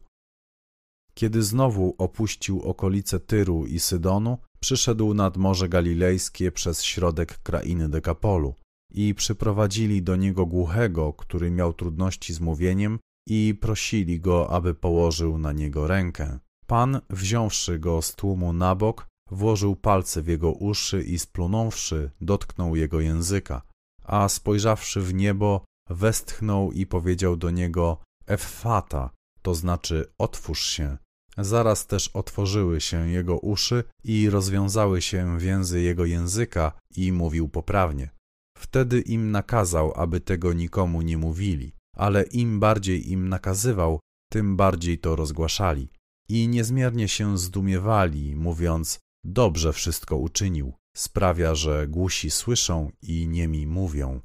Kiedy znowu opuścił okolice Tyru i Sydonu, przyszedł nad Morze Galilejskie przez środek krainy Dekapolu i przyprowadzili do niego głuchego, który miał trudności z mówieniem, i prosili go, aby położył na niego rękę. Pan, wziąwszy go z tłumu na bok, włożył palce w jego uszy i splunąwszy, dotknął jego języka, a spojrzawszy w niebo, westchnął i powiedział do niego: Effata, to znaczy otwórz się. Zaraz też otworzyły się jego uszy i rozwiązały się więzy jego języka i mówił poprawnie. Wtedy im nakazał, aby tego nikomu nie mówili, ale im bardziej im nakazywał, tym bardziej to rozgłaszali. I niezmiernie się zdumiewali, mówiąc: dobrze wszystko uczynił, sprawia, że głusi słyszą i niemi mówią.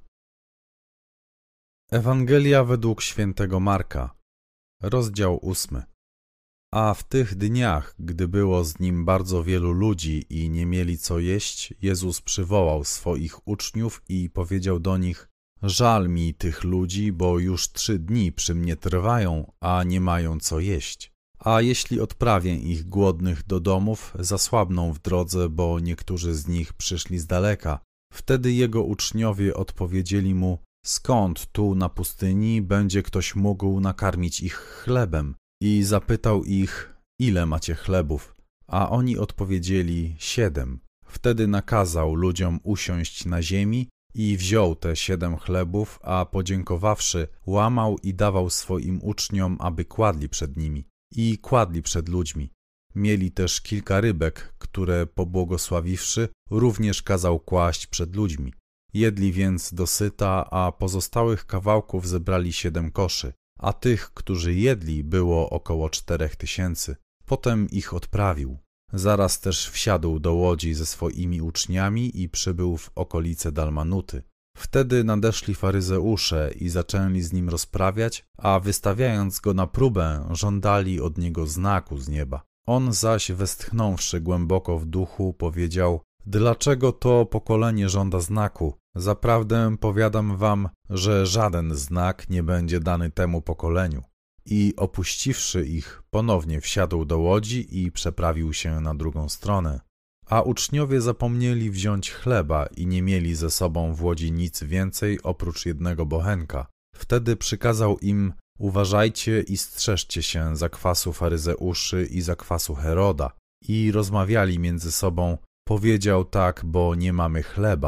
Ewangelia według świętego Marka, rozdział 8. A w tych dniach, gdy było z nim bardzo wielu ludzi i nie mieli co jeść, Jezus przywołał swoich uczniów i powiedział do nich: żal mi tych ludzi, bo już 3 dni przy mnie trwają, a nie mają co jeść. A jeśli odprawię ich głodnych do domów, zasłabną w drodze, bo niektórzy z nich przyszli z daleka. Wtedy jego uczniowie odpowiedzieli mu: skąd tu na pustyni będzie ktoś mógł nakarmić ich chlebem? I zapytał ich: ile macie chlebów? A oni odpowiedzieli: 7. Wtedy nakazał ludziom usiąść na ziemi i wziął te 7 chlebów, a podziękowawszy, łamał i dawał swoim uczniom, aby kładli przed nimi. I kładli przed ludźmi. Mieli też kilka rybek, które pobłogosławiwszy, również kazał kłaść przed ludźmi. Jedli więc dosyta, a pozostałych kawałków zebrali 7 koszy, a tych, którzy jedli, było około 4000. Potem ich odprawił. Zaraz też wsiadł do łodzi ze swoimi uczniami i przybył w okolice Dalmanuty. Wtedy nadeszli faryzeusze i zaczęli z nim rozprawiać, a wystawiając go na próbę, żądali od niego znaku z nieba. On zaś, westchnąwszy głęboko w duchu, powiedział: dlaczego to pokolenie żąda znaku? Zaprawdę powiadam wam, że żaden znak nie będzie dany temu pokoleniu. I opuściwszy ich, ponownie wsiadł do łodzi i przeprawił się na drugą stronę. A uczniowie zapomnieli wziąć chleba i nie mieli ze sobą w łodzi nic więcej oprócz jednego bochenka. Wtedy przykazał im: uważajcie i strzeżcie się zakwasu faryzeuszy i zakwasu Heroda. I rozmawiali między sobą: powiedział tak, bo nie mamy chleba.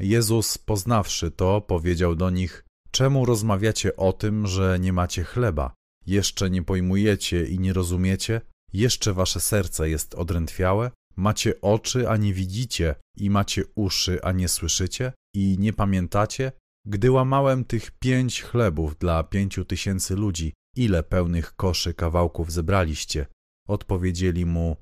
Jezus, poznawszy to, powiedział do nich: czemu rozmawiacie o tym, że nie macie chleba? Jeszcze nie pojmujecie i nie rozumiecie? Jeszcze wasze serce jest odrętwiałe? Macie oczy, a nie widzicie, i macie uszy, a nie słyszycie? I nie pamiętacie? Gdy łamałem tych 5 chlebów dla 5000 ludzi, ile pełnych koszy kawałków zebraliście? Odpowiedzieli mu: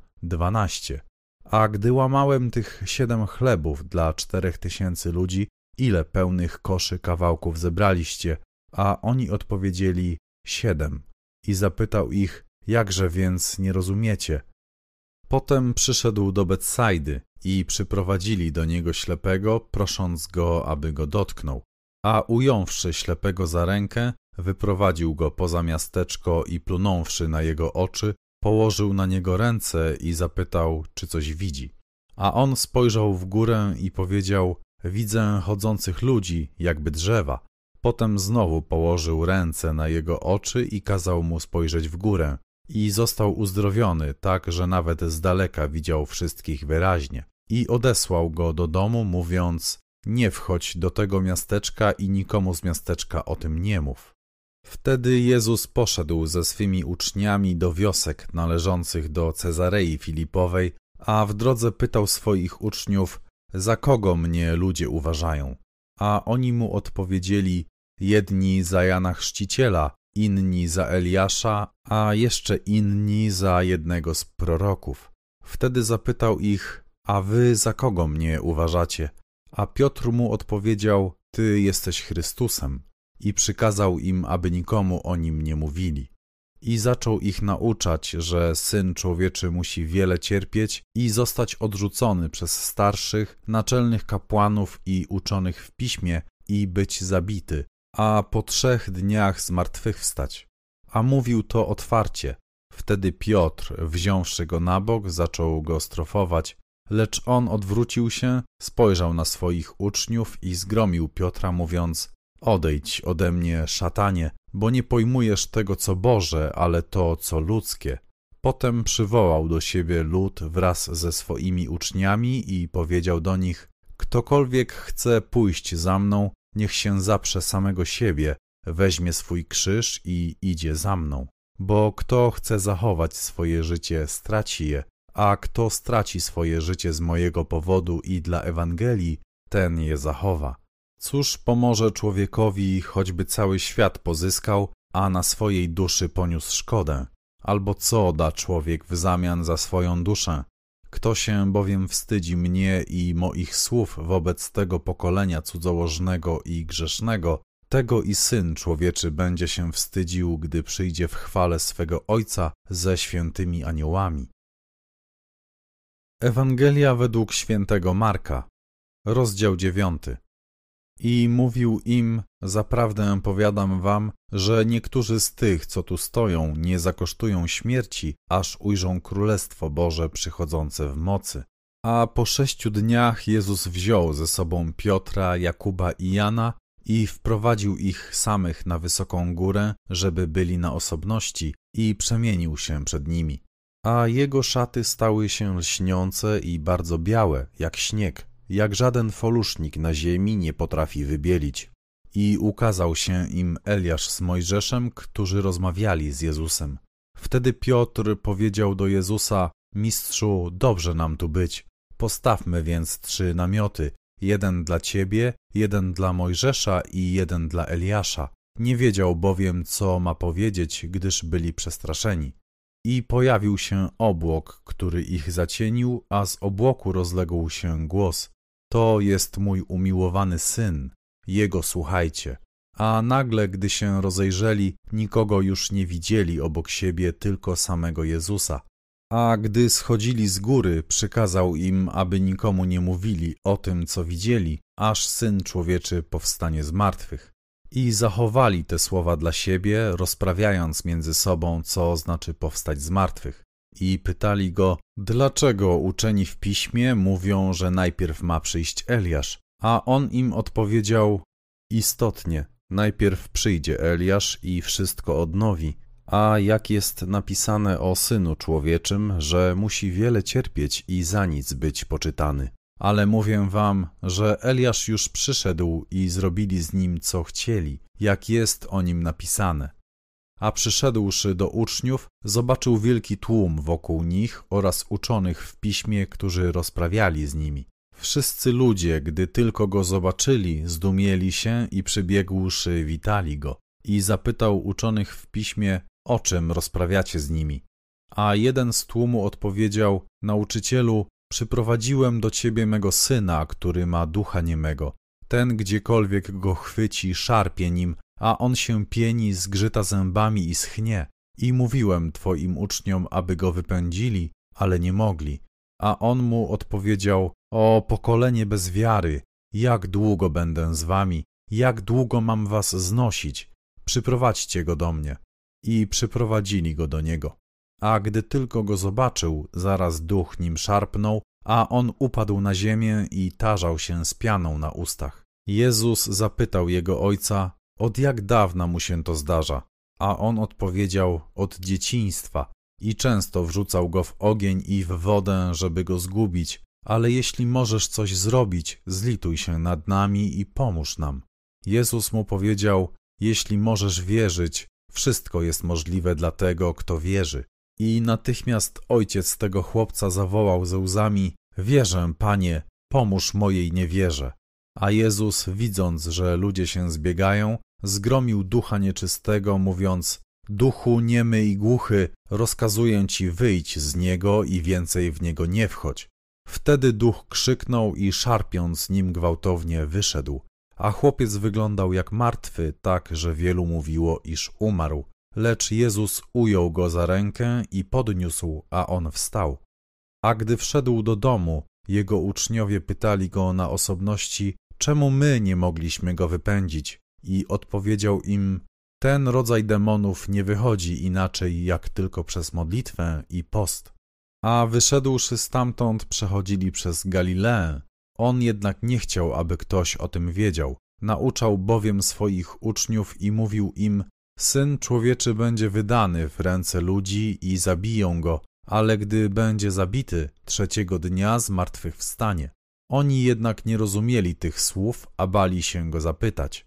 12. A gdy łamałem tych 7 chlebów dla 4000 ludzi, ile pełnych koszy kawałków zebraliście? A oni odpowiedzieli: 7. I zapytał ich: jakże więc nie rozumiecie? Potem przyszedł do Betsajdy i przyprowadzili do niego ślepego, prosząc go, aby go dotknął. A ująwszy ślepego za rękę, wyprowadził go poza miasteczko i plunąwszy na jego oczy, położył na niego ręce i zapytał, czy coś widzi. A on spojrzał w górę i powiedział: widzę chodzących ludzi, jakby drzewa. Potem znowu położył ręce na jego oczy i kazał mu spojrzeć w górę. I został uzdrowiony, tak, że nawet z daleka widział wszystkich wyraźnie. I odesłał go do domu, mówiąc: nie wchodź do tego miasteczka i nikomu z miasteczka o tym nie mów. Wtedy Jezus poszedł ze swymi uczniami do wiosek należących do Cezarei Filipowej, a w drodze pytał swoich uczniów: za kogo mnie ludzie uważają? A oni mu odpowiedzieli: jedni za Jana Chrzciciela, inni za Eliasza, a jeszcze inni za jednego z proroków. Wtedy zapytał ich: a wy za kogo mnie uważacie? A Piotr mu odpowiedział: ty jesteś Chrystusem. I przykazał im, aby nikomu o nim nie mówili. I zaczął ich nauczać, że Syn Człowieczy musi wiele cierpieć i zostać odrzucony przez starszych, naczelnych kapłanów i uczonych w piśmie i być zabity, a po 3 dniach zmartwychwstać. A mówił to otwarcie. Wtedy Piotr, wziąwszy go na bok, zaczął go strofować, lecz on odwrócił się, spojrzał na swoich uczniów i zgromił Piotra, mówiąc: odejdź ode mnie, szatanie, bo nie pojmujesz tego, co Boże, ale to, co ludzkie. Potem przywołał do siebie lud wraz ze swoimi uczniami i powiedział do nich: ktokolwiek chce pójść za mną, niech się zaprze samego siebie, weźmie swój krzyż i idzie za mną. Bo kto chce zachować swoje życie, straci je, a kto straci swoje życie z mojego powodu i dla Ewangelii, ten je zachowa. Cóż pomoże człowiekowi, choćby cały świat pozyskał, a na swojej duszy poniósł szkodę? Albo co da człowiek w zamian za swoją duszę? Kto się bowiem wstydzi mnie i moich słów wobec tego pokolenia cudzołożnego i grzesznego, tego i Syn Człowieczy będzie się wstydził, gdy przyjdzie w chwale swego Ojca ze świętymi aniołami. Ewangelia według świętego Marka, rozdział 9. I mówił im: zaprawdę powiadam wam, że niektórzy z tych, co tu stoją, nie zakosztują śmierci, aż ujrzą Królestwo Boże przychodzące w mocy. A po 6 dniach Jezus wziął ze sobą Piotra, Jakuba i Jana i wprowadził ich samych na wysoką górę, żeby byli na osobności, i przemienił się przed nimi. A jego szaty stały się lśniące i bardzo białe, jak śnieg, jak żaden folusznik na ziemi nie potrafi wybielić. I ukazał się im Eliasz z Mojżeszem, którzy rozmawiali z Jezusem. Wtedy Piotr powiedział do Jezusa: Mistrzu, dobrze nam tu być. Postawmy więc 3 namioty, jeden dla Ciebie, jeden dla Mojżesza i jeden dla Eliasza. Nie wiedział bowiem, co ma powiedzieć, gdyż byli przestraszeni. I pojawił się obłok, który ich zacienił, a z obłoku rozległ się głos: To jest mój umiłowany Syn, Jego słuchajcie. A nagle, gdy się rozejrzeli, nikogo już nie widzieli obok siebie, tylko samego Jezusa. A gdy schodzili z góry, przykazał im, aby nikomu nie mówili o tym, co widzieli, aż Syn Człowieczy powstanie z martwych. I zachowali te słowa dla siebie, rozprawiając między sobą, co znaczy powstać z martwych. I pytali go, dlaczego uczeni w piśmie mówią, że najpierw ma przyjść Eliasz? A on im odpowiedział, istotnie, najpierw przyjdzie Eliasz i wszystko odnowi. A jak jest napisane o Synu Człowieczym, że musi wiele cierpieć i za nic być poczytany. Ale mówię wam, że Eliasz już przyszedł i zrobili z nim, co chcieli, jak jest o nim napisane. A przyszedłszy do uczniów, zobaczył wielki tłum wokół nich oraz uczonych w piśmie, którzy rozprawiali z nimi. Wszyscy ludzie, gdy tylko go zobaczyli, zdumieli się i przybiegłszy, witali go. I zapytał uczonych w piśmie, o czym rozprawiacie z nimi. A jeden z tłumu odpowiedział, nauczycielu, przyprowadziłem do ciebie mego syna, który ma ducha niemego. Ten gdziekolwiek go chwyci, szarpie nim, a on się pieni, zgrzyta zębami i schnie. I mówiłem twoim uczniom, aby go wypędzili, ale nie mogli. A on mu odpowiedział, o pokolenie bez wiary, jak długo będę z wami, jak długo mam was znosić? Przyprowadźcie go do mnie. I przyprowadzili go do niego. A gdy tylko go zobaczył, zaraz duch nim szarpnął, a on upadł na ziemię i tarzał się z pianą na ustach. Jezus zapytał jego ojca, od jak dawna mu się to zdarza? A on odpowiedział, od dzieciństwa i często wrzucał go w ogień i w wodę, żeby go zgubić, ale jeśli możesz coś zrobić, zlituj się nad nami i pomóż nam. Jezus mu powiedział, jeśli możesz wierzyć, wszystko jest możliwe dla tego, kto wierzy. I natychmiast ojciec tego chłopca zawołał ze łzami, wierzę, Panie, pomóż mojej niewierze. A Jezus, widząc, że ludzie się zbiegają, zgromił ducha nieczystego, mówiąc, duchu niemy i głuchy, rozkazuję ci wyjdź z niego i więcej w niego nie wchodź. Wtedy duch krzyknął i szarpiąc nim gwałtownie wyszedł. A chłopiec wyglądał jak martwy, tak, że wielu mówiło, iż umarł. Lecz Jezus ujął go za rękę i podniósł, a on wstał. A gdy wszedł do domu, jego uczniowie pytali go na osobności, czemu my nie mogliśmy go wypędzić? I odpowiedział im, ten rodzaj demonów nie wychodzi inaczej jak tylko przez modlitwę i post. A wyszedłszy stamtąd przechodzili przez Galileę. On jednak nie chciał, aby ktoś o tym wiedział. Nauczał bowiem swoich uczniów i mówił im, Syn Człowieczy będzie wydany w ręce ludzi i zabiją go, ale gdy będzie zabity, trzeciego dnia zmartwychwstanie. Oni jednak nie rozumieli tych słów, a bali się go zapytać.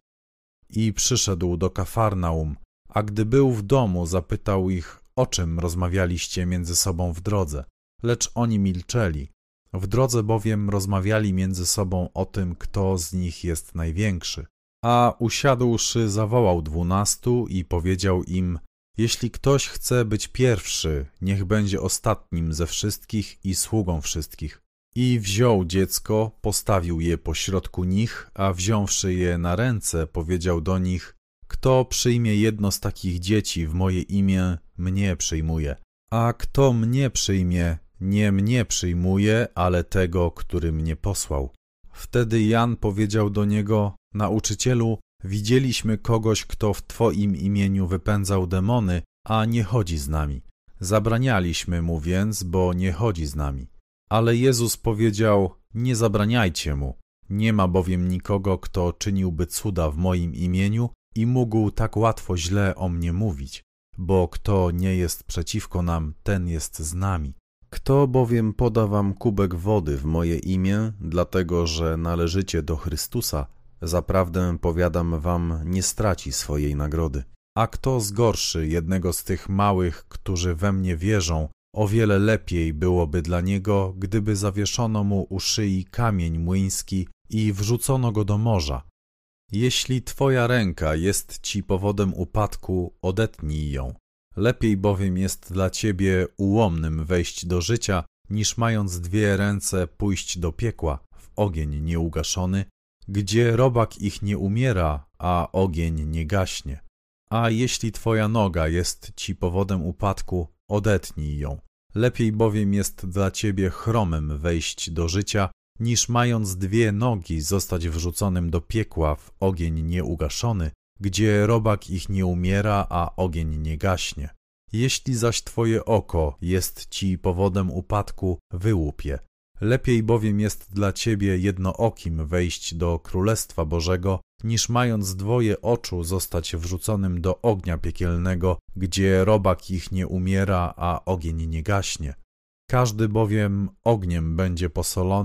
I przyszedł do Kafarnaum, a gdy był w domu, zapytał ich, o czym rozmawialiście między sobą w drodze. Lecz oni milczeli. W drodze bowiem rozmawiali między sobą o tym, kto z nich jest największy. A usiadłszy zawołał 12 i powiedział im, jeśli ktoś chce być pierwszy, niech będzie ostatnim ze wszystkich i sługą wszystkich. I wziął dziecko, postawił je pośrodku nich, a wziąwszy je na ręce, powiedział do nich, kto przyjmie jedno z takich dzieci w moje imię, mnie przyjmuje, a kto mnie przyjmie, nie mnie przyjmuje, ale tego, który mnie posłał. Wtedy Jan powiedział do niego, nauczycielu, widzieliśmy kogoś, kto w Twoim imieniu wypędzał demony, a nie chodzi z nami. Zabranialiśmy mu więc, bo nie chodzi z nami. Ale Jezus powiedział, nie zabraniajcie mu. Nie ma bowiem nikogo, kto czyniłby cuda w moim imieniu i mógł tak łatwo źle o mnie mówić, bo kto nie jest przeciwko nam, ten jest z nami. Kto bowiem poda wam kubek wody w moje imię, dlatego że należycie do Chrystusa, zaprawdę powiadam wam, nie straci swojej nagrody. A kto zgorszy jednego z tych małych, którzy we mnie wierzą, o wiele lepiej byłoby dla niego, gdyby zawieszono mu u szyi kamień młyński i wrzucono go do morza. Jeśli twoja ręka jest ci powodem upadku, odetnij ją. Lepiej bowiem jest dla ciebie ułomnym wejść do życia, niż mając 2 ręce pójść do piekła, w ogień nieugaszony, gdzie robak ich nie umiera, a ogień nie gaśnie. A jeśli twoja noga jest ci powodem upadku, odetnij ją. Lepiej bowiem jest dla ciebie chromym wejść do życia, niż mając 2 nogi zostać wrzuconym do piekła w ogień nieugaszony, gdzie robak ich nie umiera, a ogień nie gaśnie. Jeśli zaś twoje oko jest ci powodem upadku, wyłup je. Lepiej bowiem jest dla ciebie jednookim wejść do Królestwa Bożego, niż mając 2 oczu zostać wrzuconym do ognia piekielnego, gdzie robak ich nie umiera, a ogień nie gaśnie. Każdy bowiem ogniem będzie posolony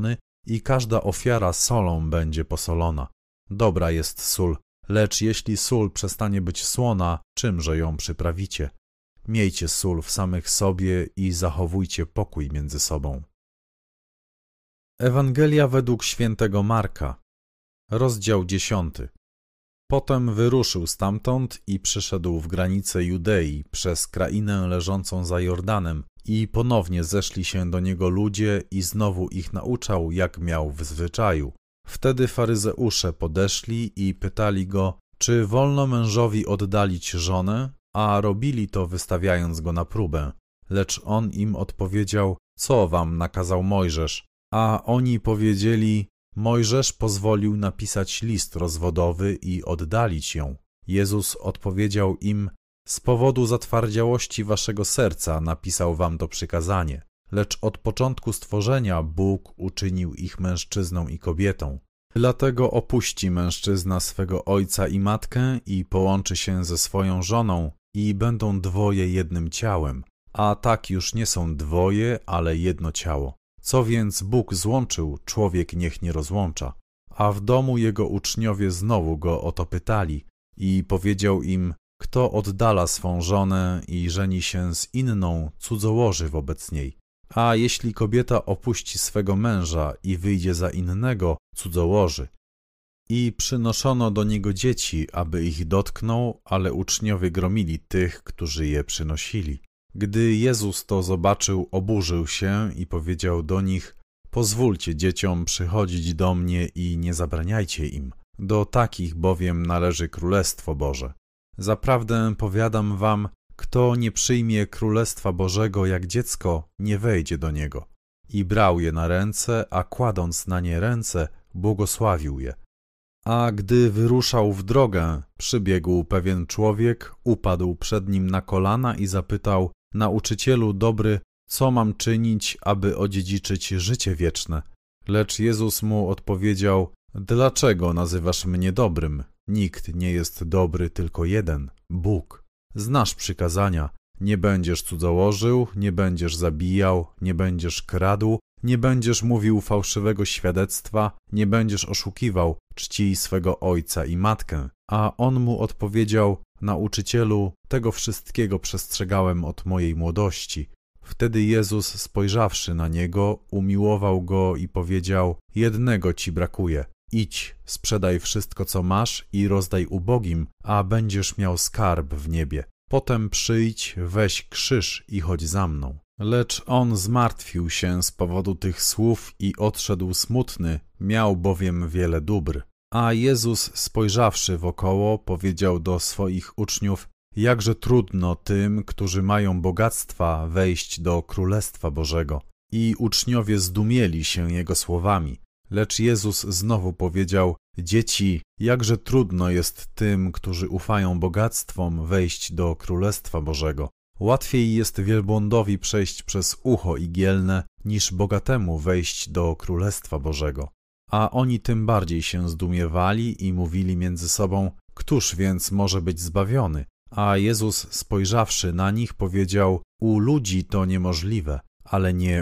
i każda ofiara solą będzie posolona. Dobra jest sól, lecz jeśli sól przestanie być słona, czymże ją przyprawicie? Miejcie sól w samych sobie i zachowujcie pokój między sobą. Ewangelia według świętego Marka, rozdział 10. Potem wyruszył stamtąd i przyszedł w granice Judei przez krainę leżącą za Jordanem i ponownie zeszli się do niego ludzie i znowu ich nauczał, jak miał w zwyczaju. Wtedy faryzeusze podeszli i pytali go, czy wolno mężowi oddalić żonę, a robili to wystawiając go na próbę. Lecz on im odpowiedział, co wam nakazał Mojżesz? A oni powiedzieli, Mojżesz pozwolił napisać list rozwodowy i oddalić ją. Jezus odpowiedział im, z powodu zatwardziałości waszego serca napisał wam to przykazanie, lecz od początku stworzenia Bóg uczynił ich mężczyzną i kobietą. Dlatego opuści mężczyzna swego ojca i matkę i połączy się ze swoją żoną i będą dwoje jednym ciałem, a tak już nie są dwoje, ale jedno ciało. Co więc Bóg złączył, człowiek niech nie rozłącza. A w domu jego uczniowie znowu go o to pytali i powiedział im, kto oddala swą żonę i żeni się z inną, cudzołoży wobec niej. A jeśli kobieta opuści swego męża i wyjdzie za innego, cudzołoży. I przynoszono do niego dzieci, aby ich dotknął, ale uczniowie gromili tych, którzy je przynosili. Gdy Jezus to zobaczył, oburzył się i powiedział do nich, pozwólcie dzieciom przychodzić do mnie i nie zabraniajcie im. Do takich bowiem należy Królestwo Boże. Zaprawdę powiadam wam, kto nie przyjmie Królestwa Bożego jak dziecko, nie wejdzie do niego. I brał je na ręce, a kładąc na nie ręce, błogosławił je. A gdy wyruszał w drogę, przybiegł pewien człowiek, upadł przed nim na kolana i zapytał, nauczycielu dobry, co mam czynić, aby odziedziczyć życie wieczne? Lecz Jezus mu odpowiedział, dlaczego nazywasz mnie dobrym? Nikt nie jest dobry, tylko jeden, Bóg. Znasz przykazania, nie będziesz cudzołożył, nie będziesz zabijał, nie będziesz kradł, nie będziesz mówił fałszywego świadectwa, nie będziesz oszukiwał, czcij swego ojca i matkę. A on mu odpowiedział, nauczycielu, tego wszystkiego przestrzegałem od mojej młodości. Wtedy Jezus, spojrzawszy na niego, umiłował go i powiedział, jednego ci brakuje. Idź, sprzedaj wszystko, co masz i rozdaj ubogim, a będziesz miał skarb w niebie. Potem przyjdź, weź krzyż i chodź za mną. Lecz on zmartwił się z powodu tych słów i odszedł smutny, miał bowiem wiele dóbr. A Jezus, spojrzawszy wokoło, powiedział do swoich uczniów, jakże trudno tym, którzy mają bogactwa, wejść do Królestwa Bożego. I uczniowie zdumieli się Jego słowami. Lecz Jezus znowu powiedział, dzieci, jakże trudno jest tym, którzy ufają bogactwom, wejść do Królestwa Bożego. Łatwiej jest wielbłądowi przejść przez ucho igielne, niż bogatemu wejść do Królestwa Bożego. A oni tym bardziej się zdumiewali i mówili między sobą, któż więc może być zbawiony? A Jezus, spojrzawszy na nich, powiedział, u ludzi to niemożliwe, ale nie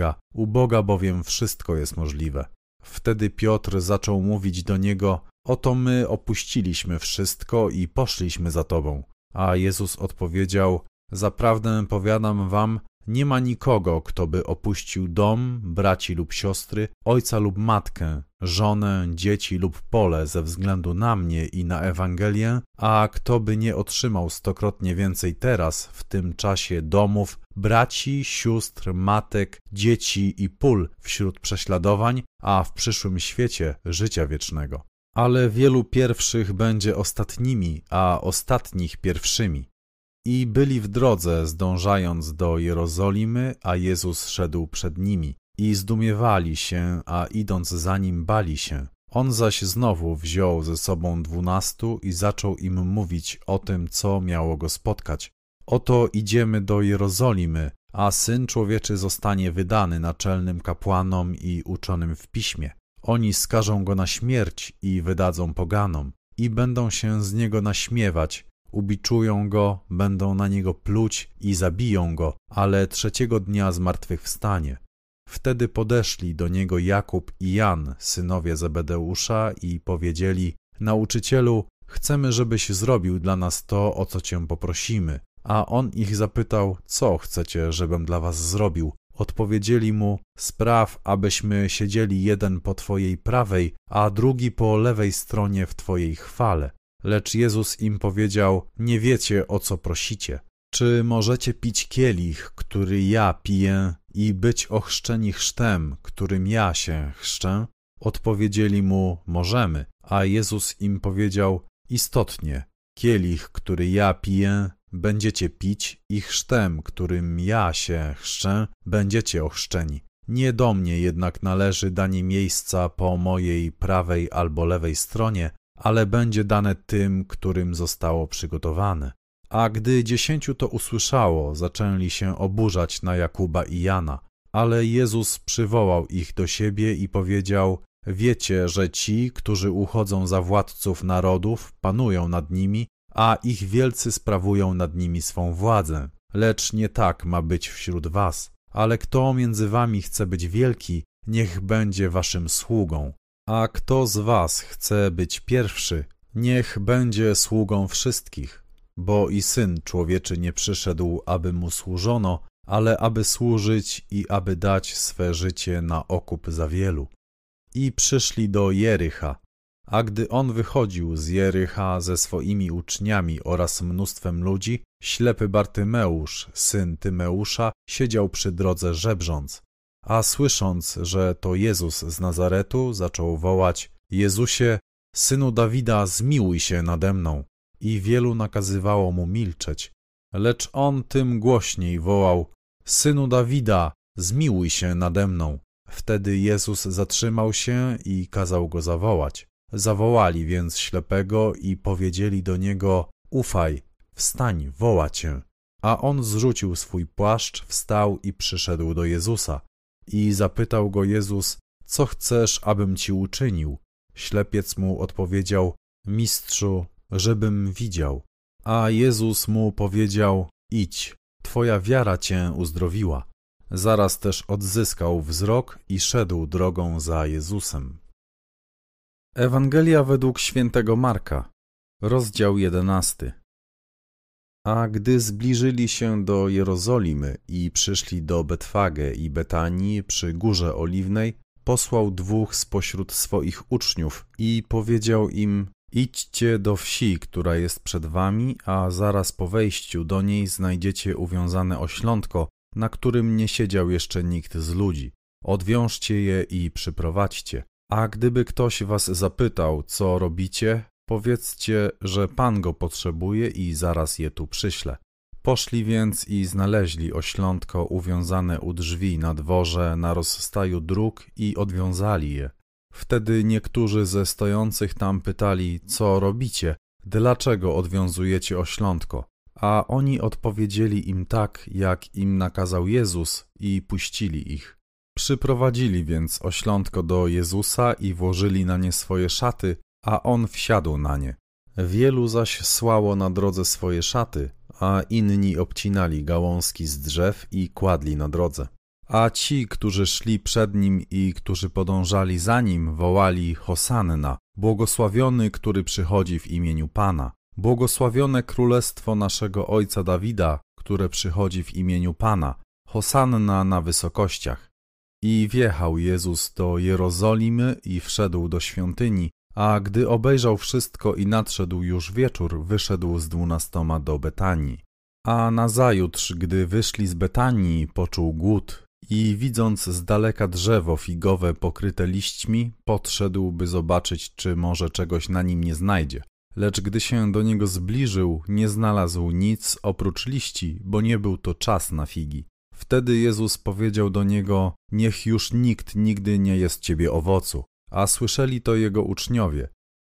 u Boga bowiem wszystko jest możliwe. Wtedy Piotr zaczął mówić do niego, oto my opuściliśmy wszystko i poszliśmy za Tobą. A Jezus odpowiedział, zaprawdę powiadam wam, nie ma nikogo, kto by opuścił dom, braci lub siostry, ojca lub matkę, żonę, dzieci lub pole ze względu na mnie i na Ewangelię, a kto by nie otrzymał stokrotnie więcej teraz, w tym czasie domów, braci, sióstr, matek, dzieci i pól wśród prześladowań, a w przyszłym świecie życia wiecznego. Ale wielu pierwszych będzie ostatnimi, a ostatnich pierwszymi. I byli w drodze, zdążając do Jerozolimy, a Jezus szedł przed nimi. I zdumiewali się, a idąc za Nim bali się. On zaś znowu wziął ze sobą 12 i zaczął im mówić o tym, co miało go spotkać. Oto idziemy do Jerozolimy, a Syn Człowieczy zostanie wydany naczelnym kapłanom i uczonym w piśmie. Oni skażą Go na śmierć i wydadzą poganom. I będą się z Niego naśmiewać, ubiczują Go, będą na Niego pluć i zabiją Go, ale 3. dnia zmartwychwstanie. Wtedy podeszli do niego Jakub i Jan, synowie Zebedeusza, i powiedzieli: Nauczycielu, chcemy, żebyś zrobił dla nas to, o co cię poprosimy. A on ich zapytał: co chcecie, żebym dla was zrobił? Odpowiedzieli mu: spraw, abyśmy siedzieli jeden po twojej prawej, a drugi po lewej stronie w twojej chwale. Lecz Jezus im powiedział: nie wiecie, o co prosicie. Czy możecie pić kielich, który ja piję, i być ochrzczeni chrztem, którym ja się chrzczę? Odpowiedzieli mu: możemy. A Jezus im powiedział: istotnie, kielich, który ja piję, będziecie pić, i chrztem, którym ja się chrzczę, będziecie ochrzczeni. Nie do mnie jednak należy danie miejsca po mojej prawej albo lewej stronie, ale będzie dane tym, którym zostało przygotowane. A gdy 10 to usłyszało, zaczęli się oburzać na Jakuba i Jana. Ale Jezus przywołał ich do siebie i powiedział: wiecie, że ci, którzy uchodzą za władców narodów, panują nad nimi, a ich wielcy sprawują nad nimi swą władzę. Lecz nie tak ma być wśród was. Ale kto między wami chce być wielki, niech będzie waszym sługą. A kto z was chce być pierwszy, niech będzie sługą wszystkich. Bo i Syn Człowieczy nie przyszedł, aby mu służono, ale aby służyć i aby dać swe życie na okup za wielu. I przyszli do Jericha. A gdy on wychodził z Jericha ze swoimi uczniami oraz mnóstwem ludzi, ślepy Bartymeusz, syn Tymeusza, siedział przy drodze żebrząc. A słysząc, że to Jezus z Nazaretu, zaczął wołać: Jezusie, synu Dawida, zmiłuj się nade mną. I wielu nakazywało mu milczeć. Lecz on tym głośniej wołał: synu Dawida, zmiłuj się nade mną. Wtedy Jezus zatrzymał się i kazał go zawołać. Zawołali więc ślepego i powiedzieli do niego: ufaj, wstań, woła cię. A on zrzucił swój płaszcz, wstał i przyszedł do Jezusa. I zapytał go Jezus: co chcesz, abym ci uczynił? Ślepiec mu odpowiedział: mistrzu, żebym widział. A Jezus mu powiedział: idź, twoja wiara cię uzdrowiła. Zaraz też odzyskał wzrok i szedł drogą za Jezusem. Ewangelia według świętego Marka, rozdział 11. A gdy zbliżyli się do Jerozolimy i przyszli do Betfage i Betanii przy Górze Oliwnej, posłał 2 spośród swoich uczniów i powiedział im: idźcie do wsi, która jest przed wami, a zaraz po wejściu do niej znajdziecie uwiązane oślątko, na którym nie siedział jeszcze nikt z ludzi. Odwiążcie je i przyprowadźcie. A gdyby ktoś was zapytał, co robicie, powiedzcie, że Pan go potrzebuje i zaraz je tu przyśle. Poszli więc i znaleźli oślątko uwiązane u drzwi na dworze na rozstaju dróg i odwiązali je. Wtedy niektórzy ze stojących tam pytali: co robicie? Dlaczego odwiązujecie oślątko? A oni odpowiedzieli im tak, jak im nakazał Jezus, i puścili ich. Przyprowadzili więc oślątko do Jezusa i włożyli na nie swoje szaty, a on wsiadł na nie. Wielu zaś słało na drodze swoje szaty, a inni obcinali gałązki z drzew i kładli na drodze. A ci, którzy szli przed nim i którzy podążali za nim, wołali: Hosanna, błogosławiony, który przychodzi w imieniu Pana. Błogosławione królestwo naszego ojca Dawida, które przychodzi w imieniu Pana. Hosanna na wysokościach. I wjechał Jezus do Jerozolimy i wszedł do świątyni, a gdy obejrzał wszystko i nadszedł już wieczór, wyszedł z 12 do Betanii. A nazajutrz, gdy wyszli z Betanii, poczuł głód i widząc z daleka drzewo figowe pokryte liśćmi, podszedł, by zobaczyć, czy może czegoś na nim nie znajdzie. Lecz gdy się do niego zbliżył, nie znalazł nic oprócz liści, bo nie był to czas na figi. Wtedy Jezus powiedział do niego: niech już nikt nigdy nie je z ciebie owocu. A słyszeli to jego uczniowie.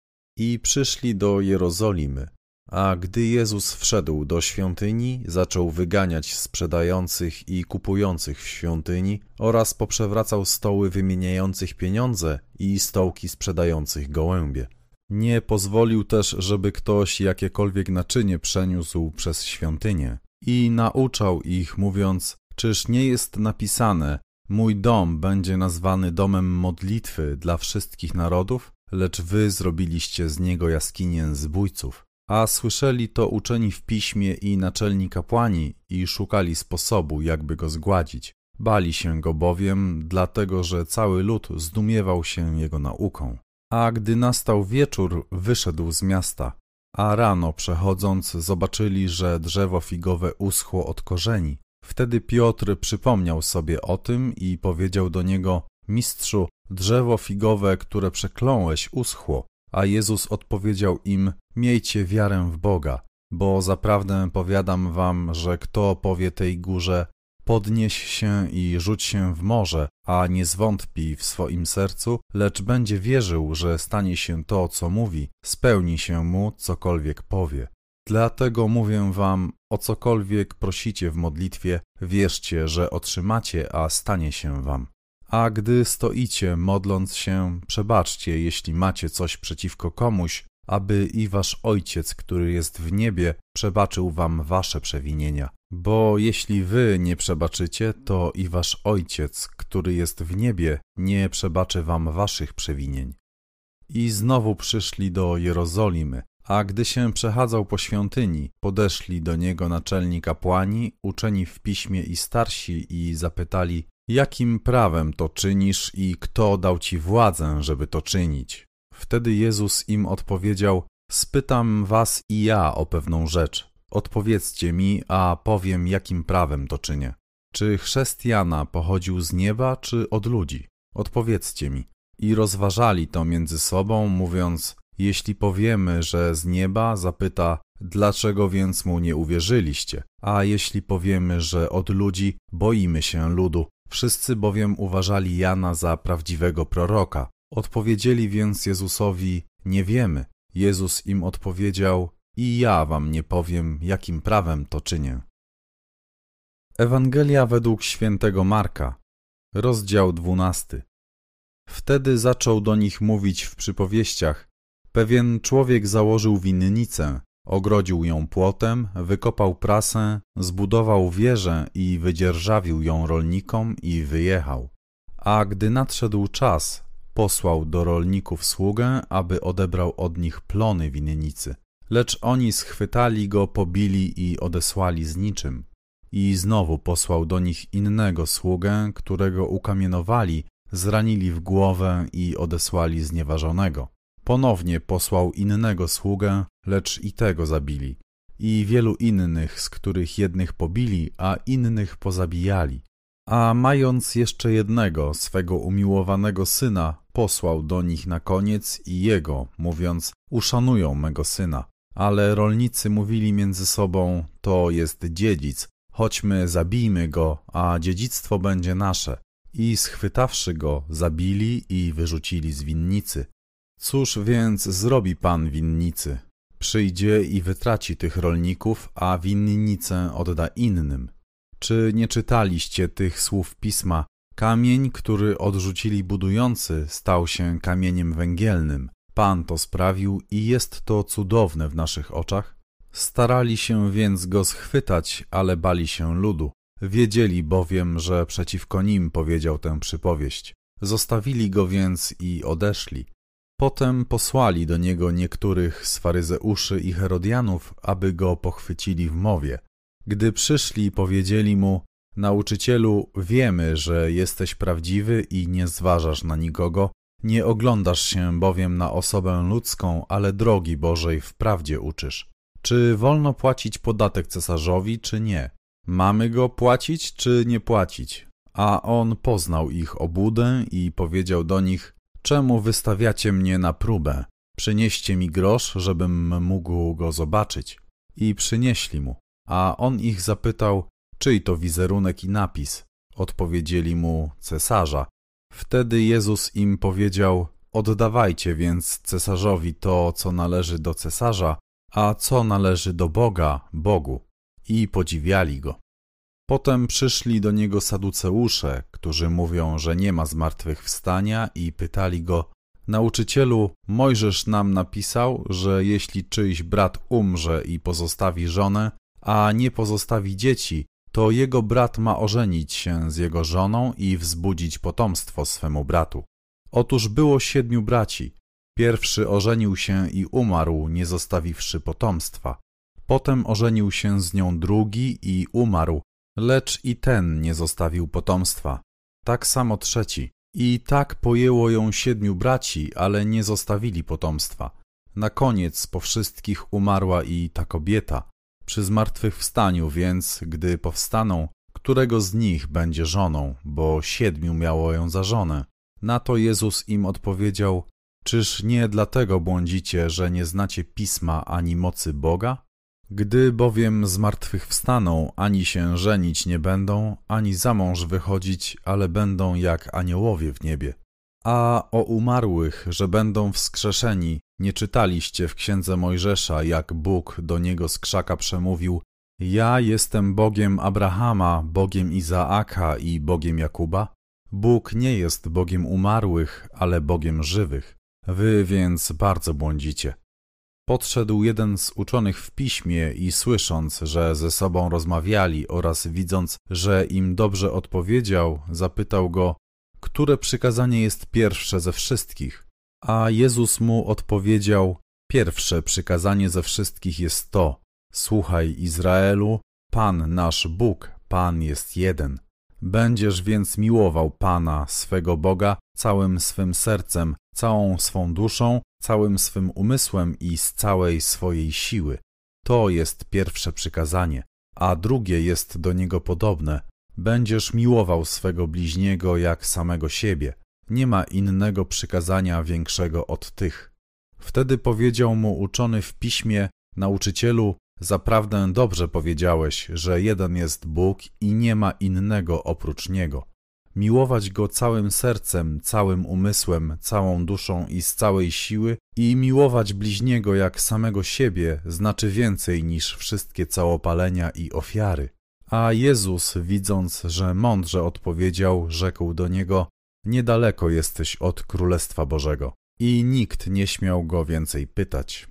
I przyszli do Jerozolimy. A gdy Jezus wszedł do świątyni, zaczął wyganiać sprzedających i kupujących w świątyni oraz poprzewracał stoły wymieniających pieniądze i stołki sprzedających gołębie. Nie pozwolił też, żeby ktoś jakiekolwiek naczynie przeniósł przez świątynię. I nauczał ich, mówiąc: czyż nie jest napisane: Mój dom będzie nazwany domem modlitwy dla wszystkich narodów, lecz wy zrobiliście z niego jaskinię zbójców. A słyszeli to uczeni w piśmie i naczelni kapłani i szukali sposobu, jakby go zgładzić. Bali się go bowiem, dlatego że cały lud zdumiewał się jego nauką. A gdy nastał wieczór, wyszedł z miasta. A rano przechodząc zobaczyli, że drzewo figowe uschło od korzeni. Wtedy Piotr przypomniał sobie o tym i powiedział do niego: Mistrzu, drzewo figowe, które przekląłeś, uschło. A Jezus odpowiedział im: Miejcie wiarę w Boga, bo zaprawdę powiadam wam, że kto powie tej górze: podnieś się i rzuć się w morze, a nie zwątpi w swoim sercu, lecz będzie wierzył, że stanie się to, co mówi, spełni się mu, cokolwiek powie. Dlatego mówię wam, o cokolwiek prosicie w modlitwie, wierzcie, że otrzymacie, a stanie się wam. A gdy stoicie, modląc się, przebaczcie, jeśli macie coś przeciwko komuś, aby i wasz Ojciec, który jest w niebie, przebaczył wam wasze przewinienia. Bo jeśli wy nie przebaczycie, to i wasz Ojciec, który jest w niebie, nie przebaczy wam waszych przewinień. I znowu przyszli do Jerozolimy, a gdy się przechadzał po świątyni, podeszli do niego naczelni kapłani, uczeni w piśmie i starsi i zapytali: jakim prawem to czynisz i kto dał ci władzę, żeby to czynić? Wtedy Jezus im odpowiedział: spytam was i ja o pewną rzecz. Odpowiedzcie mi, a powiem, jakim prawem to czynię. Czy chrzest Jana pochodził z nieba, czy od ludzi? Odpowiedzcie mi. I rozważali to między sobą, mówiąc: jeśli powiemy, że z nieba, zapyta: dlaczego więc mu nie uwierzyliście? A jeśli powiemy, że od ludzi, boimy się ludu. Wszyscy bowiem uważali Jana za prawdziwego proroka. Odpowiedzieli więc Jezusowi: nie wiemy. Jezus im odpowiedział: i ja wam nie powiem, jakim prawem to czynię. Ewangelia według świętego Marka, rozdział 12. Wtedy zaczął do nich mówić w przypowieściach: pewien człowiek założył winnicę, ogrodził ją płotem, wykopał prasę, zbudował wieżę i wydzierżawił ją rolnikom i wyjechał. A gdy nadszedł czas, posłał do rolników sługę, aby odebrał od nich plony winnicy. Lecz oni schwytali go, pobili i odesłali z niczym. I znowu posłał do nich innego sługę, którego ukamienowali, zranili w głowę i odesłali znieważonego. Ponownie posłał innego sługę, lecz i tego zabili. I wielu innych, z których jednych pobili, a innych pozabijali. A mając jeszcze jednego, swego umiłowanego syna, posłał do nich na koniec i jego, mówiąc: uszanują mego syna. Ale rolnicy mówili między sobą: to jest dziedzic, chodźmy, zabijmy go, a dziedzictwo będzie nasze. I schwytawszy go, zabili i wyrzucili z winnicy. Cóż więc zrobi pan winnicy? Przyjdzie i wytraci tych rolników, a winnicę odda innym. Czy nie czytaliście tych słów Pisma? Kamień, który odrzucili budujący, stał się kamieniem węgielnym. Pan to sprawił i jest to cudowne w naszych oczach. Starali się więc go schwytać, ale bali się ludu. Wiedzieli bowiem, że przeciwko nim powiedział tę przypowieść. Zostawili go więc i odeszli. Potem posłali do niego niektórych z faryzeuszy i Herodianów, aby go pochwycili w mowie. Gdy przyszli, powiedzieli mu: nauczycielu, wiemy, że jesteś prawdziwy i nie zważasz na nikogo, nie oglądasz się bowiem na osobę ludzką, ale drogi Bożej w prawdzie uczysz. Czy wolno płacić podatek cesarzowi, czy nie? Mamy go płacić, czy nie płacić? A on poznał ich obłudę i powiedział do nich: czemu wystawiacie mnie na próbę? Przynieście mi grosz, żebym mógł go zobaczyć. I przynieśli mu. A on ich zapytał: czyj to wizerunek i napis? Odpowiedzieli mu: cesarza. Wtedy Jezus im powiedział: oddawajcie więc cesarzowi to, co należy do cesarza, a co należy do Boga, Bogu. I podziwiali go. Potem przyszli do niego saduceusze, którzy mówią, że nie ma zmartwychwstania, i pytali go: nauczycielu, Mojżesz nam napisał, że jeśli czyjś brat umrze i pozostawi żonę, a nie pozostawi dzieci, to jego brat ma ożenić się z jego żoną i wzbudzić potomstwo swemu bratu. Otóż było 7 braci. Pierwszy ożenił się i umarł, nie zostawiwszy potomstwa. Potem ożenił się z nią drugi i umarł, lecz i ten nie zostawił potomstwa. Tak samo trzeci. I tak pojęło ją 7 braci, ale nie zostawili potomstwa. Na koniec po wszystkich umarła i ta kobieta. Przy zmartwychwstaniu więc, gdy powstaną, którego z nich będzie żoną, bo 7 miało ją za żonę. Na to Jezus im odpowiedział: czyż nie dlatego błądzicie, że nie znacie Pisma ani mocy Boga? Gdy bowiem zmartwychwstaną, ani się żenić nie będą, ani za mąż wychodzić, ale będą jak aniołowie w niebie. A o umarłych, że będą wskrzeszeni, nie czytaliście w księdze Mojżesza, jak Bóg do niego z krzaka przemówił: ja jestem Bogiem Abrahama, Bogiem Izaaka i Bogiem Jakuba? Bóg nie jest Bogiem umarłych, ale Bogiem żywych. Wy więc bardzo błądzicie. Podszedł jeden z uczonych w piśmie i słysząc, że ze sobą rozmawiali oraz widząc, że im dobrze odpowiedział, zapytał go: które przykazanie jest pierwsze ze wszystkich? A Jezus mu odpowiedział: pierwsze przykazanie ze wszystkich jest to: słuchaj, Izraelu, Pan nasz Bóg, Pan jest jeden. Będziesz więc miłował Pana, swego Boga, całym swym sercem, całą swą duszą, całym swym umysłem i z całej swojej siły. To jest pierwsze przykazanie, a drugie jest do niego podobne. Będziesz miłował swego bliźniego jak samego siebie. Nie ma innego przykazania większego od tych. Wtedy powiedział mu uczony w piśmie: nauczycielu, zaprawdę dobrze powiedziałeś, że jeden jest Bóg i nie ma innego oprócz Niego. Miłować Go całym sercem, całym umysłem, całą duszą i z całej siły i miłować bliźniego jak samego siebie znaczy więcej niż wszystkie całopalenia i ofiary. A Jezus, widząc, że mądrze odpowiedział, rzekł do niego: niedaleko jesteś od Królestwa Bożego. I nikt nie śmiał go więcej pytać.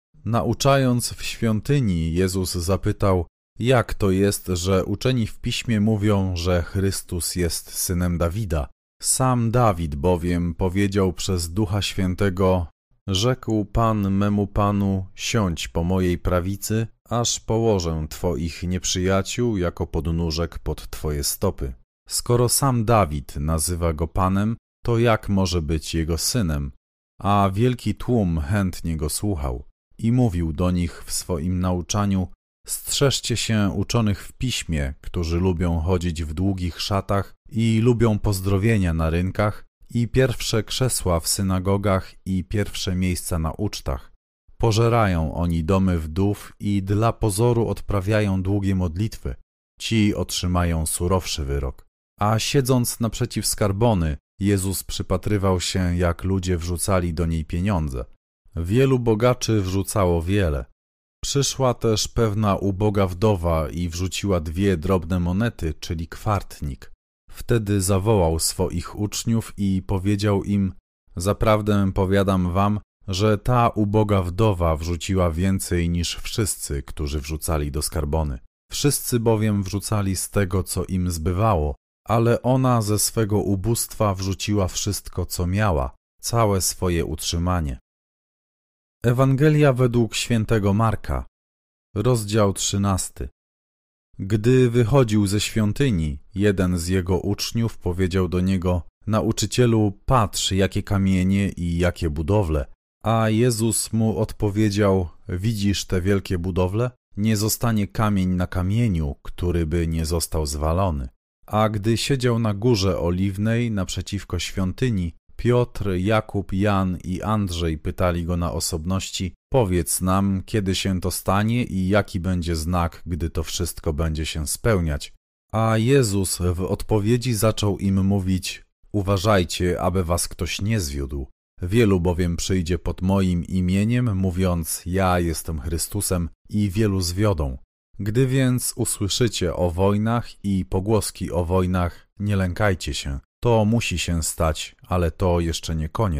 Nauczając w świątyni, Jezus zapytał: jak to jest, że uczeni w Piśmie mówią, że Chrystus jest synem Dawida? Sam Dawid bowiem powiedział przez Ducha Świętego: rzekł Pan memu Panu: siądź po mojej prawicy, aż położę Twoich nieprzyjaciół jako podnóżek pod Twoje stopy. Skoro sam Dawid nazywa go Panem, to jak może być jego synem? A wielki tłum chętnie go słuchał i mówił do nich w swoim nauczaniu: strzeżcie się uczonych w Piśmie, którzy lubią chodzić w długich szatach i lubią pozdrowienia na rynkach i pierwsze krzesła w synagogach i pierwsze miejsca na ucztach. Pożerają oni domy wdów i dla pozoru odprawiają długie modlitwy. Ci otrzymają surowszy wyrok. A siedząc naprzeciw skarbony, Jezus przypatrywał się, jak ludzie wrzucali do niej pieniądze. Wielu bogaczy wrzucało wiele. Przyszła też pewna uboga wdowa i wrzuciła 2 drobne monety, czyli kwartnik. Wtedy zawołał swoich uczniów i powiedział im: zaprawdę powiadam wam, że ta uboga wdowa wrzuciła więcej niż wszyscy, którzy wrzucali do skarbony. Wszyscy bowiem wrzucali z tego, co im zbywało, ale ona ze swego ubóstwa wrzuciła wszystko, co miała, całe swoje utrzymanie. Ewangelia według świętego Marka, rozdział 13. Gdy wychodził ze świątyni, jeden z jego uczniów powiedział do niego: nauczycielu, patrz, jakie kamienie i jakie budowle. A Jezus mu odpowiedział: widzisz te wielkie budowle? Nie zostanie kamień na kamieniu, który by nie został zwalony. A gdy siedział na górze oliwnej naprzeciwko świątyni, Piotr, Jakub, Jan i Andrzej pytali go na osobności: powiedz nam, kiedy się to stanie i jaki będzie znak, gdy to wszystko będzie się spełniać. A Jezus w odpowiedzi zaczął im mówić: uważajcie, aby was ktoś nie zwiódł. Wielu bowiem przyjdzie pod moim imieniem, mówiąc: ja jestem Chrystusem, i wielu zwiodą. Gdy więc usłyszycie o wojnach i pogłoski o wojnach, nie lękajcie się. To musi się stać, ale to jeszcze nie koniec.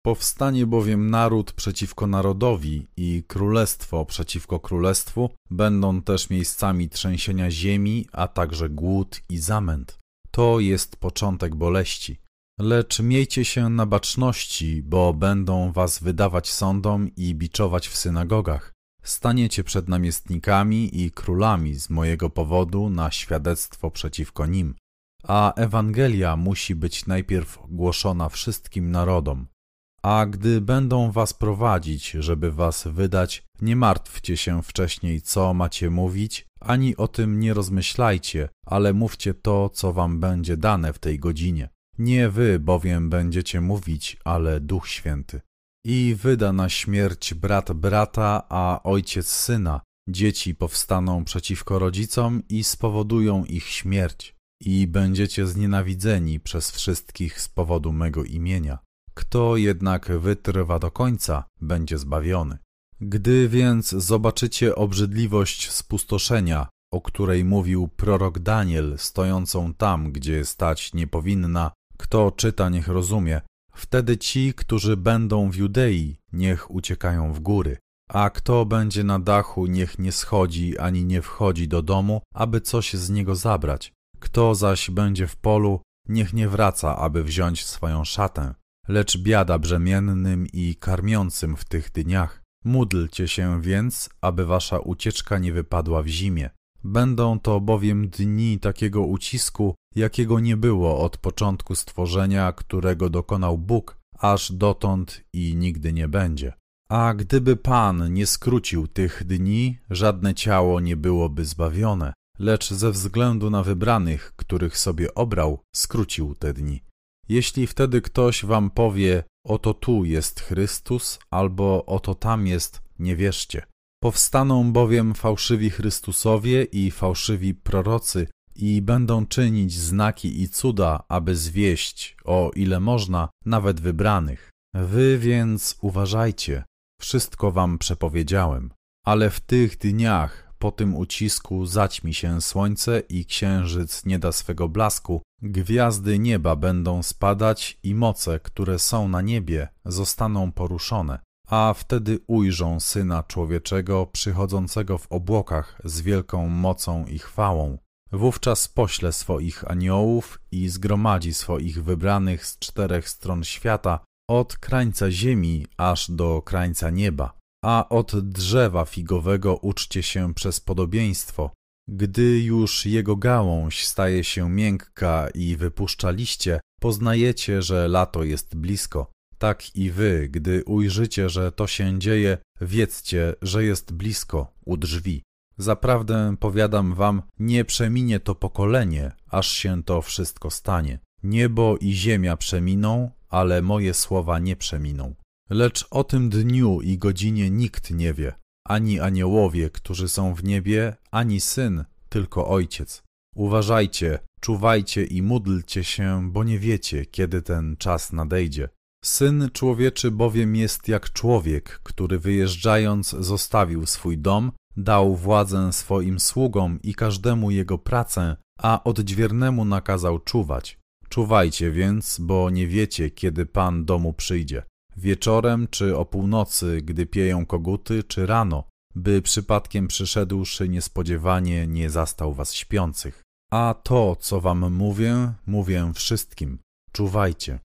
Powstanie bowiem naród przeciwko narodowi i królestwo przeciwko królestwu, będą też miejscami trzęsienia ziemi, a także głód i zamęt. To jest początek boleści. Lecz miejcie się na baczności, bo będą was wydawać sądom i biczować w synagogach. Staniecie przed namiestnikami i królami z mojego powodu na świadectwo przeciwko nim. A Ewangelia musi być najpierw głoszona wszystkim narodom. A gdy będą was prowadzić, żeby was wydać, nie martwcie się wcześniej, co macie mówić, ani o tym nie rozmyślajcie, ale mówcie to, co wam będzie dane w tej godzinie. Nie wy bowiem będziecie mówić, ale Duch Święty. I wyda na śmierć brat brata, a ojciec syna. Dzieci powstaną przeciwko rodzicom i spowodują ich śmierć. I będziecie znienawidzeni przez wszystkich z powodu mego imienia. Kto jednak wytrwa do końca, będzie zbawiony. Gdy więc zobaczycie obrzydliwość spustoszenia, o której mówił prorok Daniel, stojącą tam, gdzie stać nie powinna, kto czyta, niech rozumie, wtedy ci, którzy będą w Judei, niech uciekają w góry, a kto będzie na dachu, niech nie schodzi ani nie wchodzi do domu, aby coś z niego zabrać. Kto zaś będzie w polu, niech nie wraca, aby wziąć swoją szatę. Lecz biada brzemiennym i karmiącym w tych dniach. Módlcie się więc, aby wasza ucieczka nie wypadła w zimie. Będą to bowiem dni takiego ucisku, jakiego nie było od początku stworzenia, którego dokonał Bóg, aż dotąd i nigdy nie będzie. A gdyby Pan nie skrócił tych dni, żadne ciało nie byłoby zbawione, lecz ze względu na wybranych, których sobie obrał, skrócił te dni. Jeśli wtedy ktoś wam powie, oto tu jest Chrystus, albo oto tam jest, nie wierzcie. Powstaną bowiem fałszywi Chrystusowie i fałszywi prorocy i będą czynić znaki i cuda, aby zwieść, o ile można, nawet wybranych. Wy więc uważajcie, wszystko wam przepowiedziałem. Ale w tych dniach, po tym ucisku, zaćmi się słońce i księżyc nie da swego blasku, gwiazdy nieba będą spadać i moce, które są na niebie, zostaną poruszone. A wtedy ujrzą Syna Człowieczego przychodzącego w obłokach z wielką mocą i chwałą. Wówczas pośle swoich aniołów i zgromadzi swoich wybranych z 4 stron świata, od krańca ziemi aż do krańca nieba. A od drzewa figowego uczcie się przez podobieństwo. Gdy już jego gałąź staje się miękka i wypuszcza liście, poznajecie, że lato jest blisko. Tak i wy, gdy ujrzycie, że to się dzieje, wiedzcie, że jest blisko, u drzwi. Zaprawdę powiadam wam, nie przeminie to pokolenie, aż się to wszystko stanie. Niebo i ziemia przeminą, ale moje słowa nie przeminą. Lecz o tym dniu i godzinie nikt nie wie, ani aniołowie, którzy są w niebie, ani Syn, tylko Ojciec. Uważajcie, czuwajcie i módlcie się, bo nie wiecie, kiedy ten czas nadejdzie. Syn Człowieczy bowiem jest jak człowiek, który wyjeżdżając zostawił swój dom, dał władzę swoim sługom i każdemu jego pracę, a odźwiernemu nakazał czuwać. Czuwajcie więc, bo nie wiecie, kiedy Pan domu przyjdzie. Wieczorem czy o północy, gdy pieją koguty, czy rano, by przypadkiem przyszedłszy niespodziewanie nie zastał was śpiących. A to, co wam mówię, mówię wszystkim. Czuwajcie.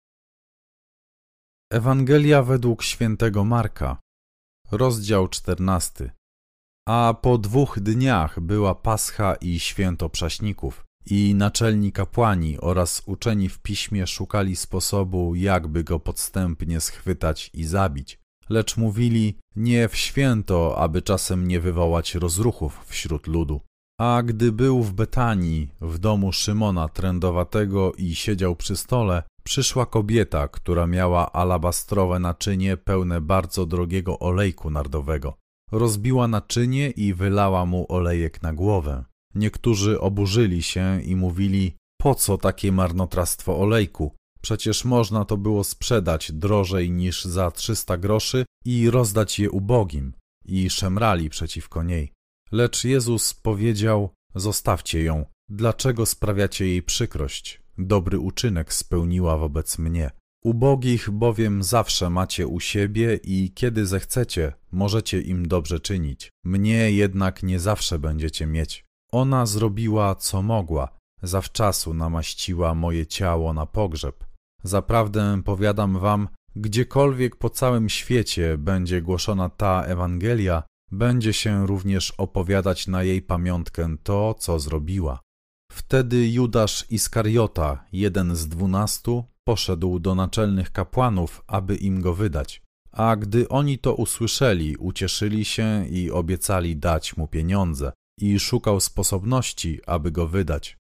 Ewangelia według świętego Marka, rozdział 14. A po 2 dniach była Pascha i święto Prześników. I naczelni kapłani oraz uczeni w piśmie szukali sposobu, jakby go podstępnie schwytać i zabić. Lecz mówili, nie w święto, aby czasem nie wywołać rozruchów wśród ludu. A gdy był w Betanii, w domu Szymona Trędowatego i siedział przy stole, przyszła kobieta, która miała alabastrowe naczynie pełne bardzo drogiego olejku nardowego. Rozbiła naczynie i wylała mu olejek na głowę. Niektórzy oburzyli się i mówili, po co takie marnotrawstwo olejku? Przecież można to było sprzedać drożej niż za 300 groszy i rozdać je ubogim. I szemrali przeciwko niej. Lecz Jezus powiedział, zostawcie ją, dlaczego sprawiacie jej przykrość? Dobry uczynek spełniła wobec mnie. Ubogich bowiem zawsze macie u siebie i kiedy zechcecie, możecie im dobrze czynić. Mnie jednak nie zawsze będziecie mieć. Ona zrobiła, co mogła. Zawczasu namaściła moje ciało na pogrzeb. Zaprawdę powiadam wam, gdziekolwiek po całym świecie będzie głoszona ta Ewangelia, będzie się również opowiadać na jej pamiątkę to, co zrobiła. Wtedy Judasz Iskariota, jeden z 12, poszedł do naczelnych kapłanów, aby im go wydać. A gdy oni to usłyszeli, ucieszyli się i obiecali dać mu pieniądze i szukał sposobności, aby go wydać.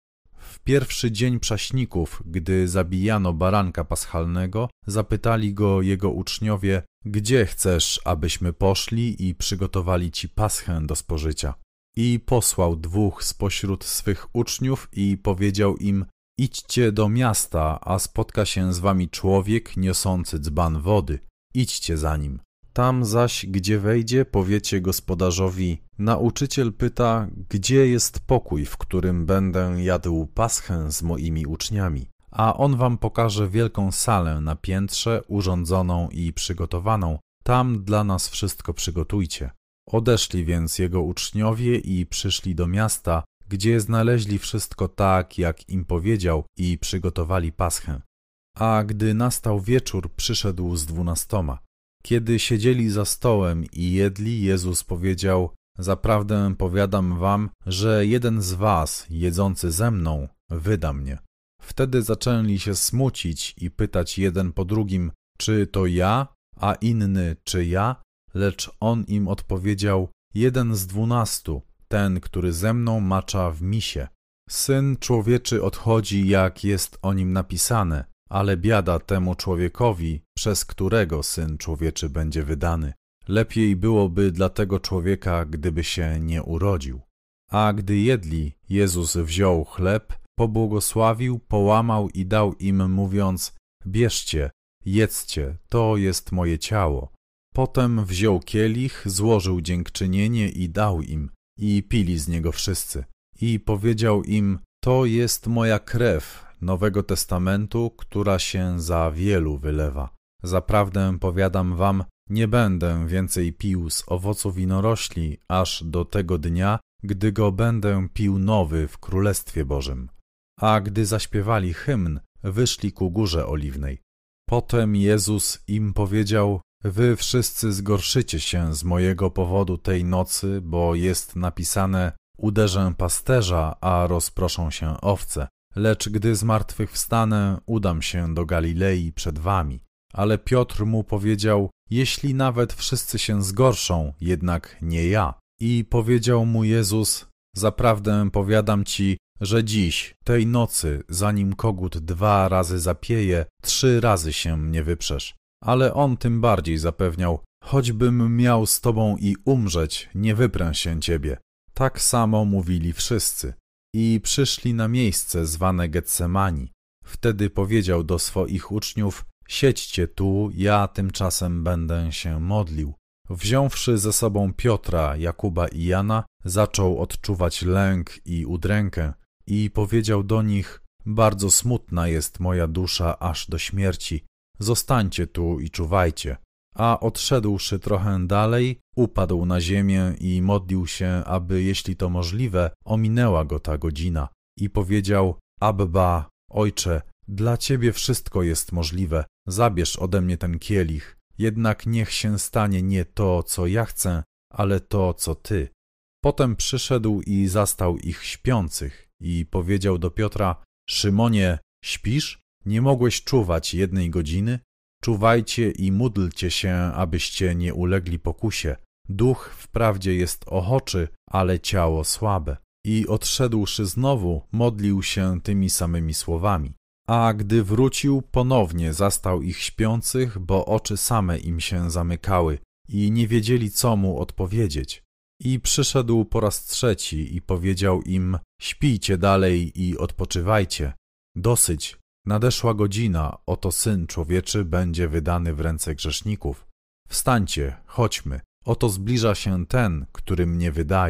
W pierwszy dzień Prześników, gdy zabijano baranka paschalnego, zapytali go jego uczniowie, gdzie chcesz, abyśmy poszli i przygotowali ci paschę do spożycia. I posłał 2 spośród swych uczniów i powiedział im, idźcie do miasta, a spotka się z wami człowiek niosący dzban wody. Idźcie za nim. Tam zaś, gdzie wejdzie, powiecie gospodarzowi, nauczyciel pyta, gdzie jest pokój, w którym będę jadł paschę z moimi uczniami. A on wam pokaże wielką salę na piętrze, urządzoną i przygotowaną. Tam dla nas wszystko przygotujcie. Odeszli więc jego uczniowie i przyszli do miasta, gdzie znaleźli wszystko tak, jak im powiedział i przygotowali paschę. A gdy nastał wieczór, przyszedł z 12. Kiedy siedzieli za stołem i jedli, Jezus powiedział, zaprawdę powiadam wam, że jeden z was, jedzący ze mną, wyda mnie. Wtedy zaczęli się smucić i pytać jeden po drugim, czy to ja, a inny, czy ja? Lecz on im odpowiedział, jeden z 12, ten, który ze mną macza w misie. Syn Człowieczy odchodzi, jak jest o nim napisane, ale biada temu człowiekowi, przez którego Syn Człowieczy będzie wydany. Lepiej byłoby dla tego człowieka, gdyby się nie urodził. A gdy jedli, Jezus wziął chleb, pobłogosławił, połamał i dał im, mówiąc, bierzcie, jedzcie, to jest moje ciało. Potem wziął kielich, złożył dziękczynienie i dał im, i pili z niego wszyscy. I powiedział im, to jest moja krew Nowego Testamentu, która się za wielu wylewa. Zaprawdę powiadam wam, nie będę więcej pił z owocu winorośli, aż do tego dnia, gdy go będę pił nowy w Królestwie Bożym. A gdy zaśpiewali hymn, wyszli ku Górze Oliwnej. Potem Jezus im powiedział, wy wszyscy zgorszycie się z mojego powodu tej nocy, bo jest napisane, uderzę pasterza, a rozproszą się owce. Lecz gdy zmartwychwstanę, udam się do Galilei przed wami. Ale Piotr mu powiedział, jeśli nawet wszyscy się zgorszą, jednak nie ja. I powiedział mu Jezus, zaprawdę powiadam ci, że dziś, tej nocy, zanim kogut 2 razy zapieje, 3 razy się mnie wyprzesz. Ale on tym bardziej zapewniał, choćbym miał z tobą i umrzeć, nie wyprę się ciebie. Tak samo mówili wszyscy. I przyszli na miejsce zwane Getsemani. Wtedy powiedział do swoich uczniów, siedźcie tu, ja tymczasem będę się modlił. Wziąwszy ze sobą Piotra, Jakuba i Jana, zaczął odczuwać lęk i udrękę i powiedział do nich, bardzo smutna jest moja dusza aż do śmierci, zostańcie tu i czuwajcie. A odszedłszy trochę dalej, upadł na ziemię i modlił się, aby, jeśli to możliwe, ominęła go ta godzina. I powiedział, Abba, Ojcze, dla Ciebie wszystko jest możliwe, zabierz ode mnie ten kielich, jednak niech się stanie nie to, co ja chcę, ale to, co Ty. Potem przyszedł i zastał ich śpiących i powiedział do Piotra, Szymonie, śpisz? Nie mogłeś czuwać 1 godziny? Czuwajcie i módlcie się, abyście nie ulegli pokusie. Duch wprawdzie jest ochoczy, ale ciało słabe. I odszedłszy znowu, modlił się tymi samymi słowami. A gdy wrócił, ponownie zastał ich śpiących, bo oczy same im się zamykały i nie wiedzieli, co mu odpowiedzieć. I przyszedł po raz 3 i powiedział im, śpijcie dalej i odpoczywajcie. Dosyć, nadeszła godzina, oto Syn Człowieczy będzie wydany w ręce grzeszników. Wstańcie, chodźmy, oto zbliża się ten, który mnie wydaje.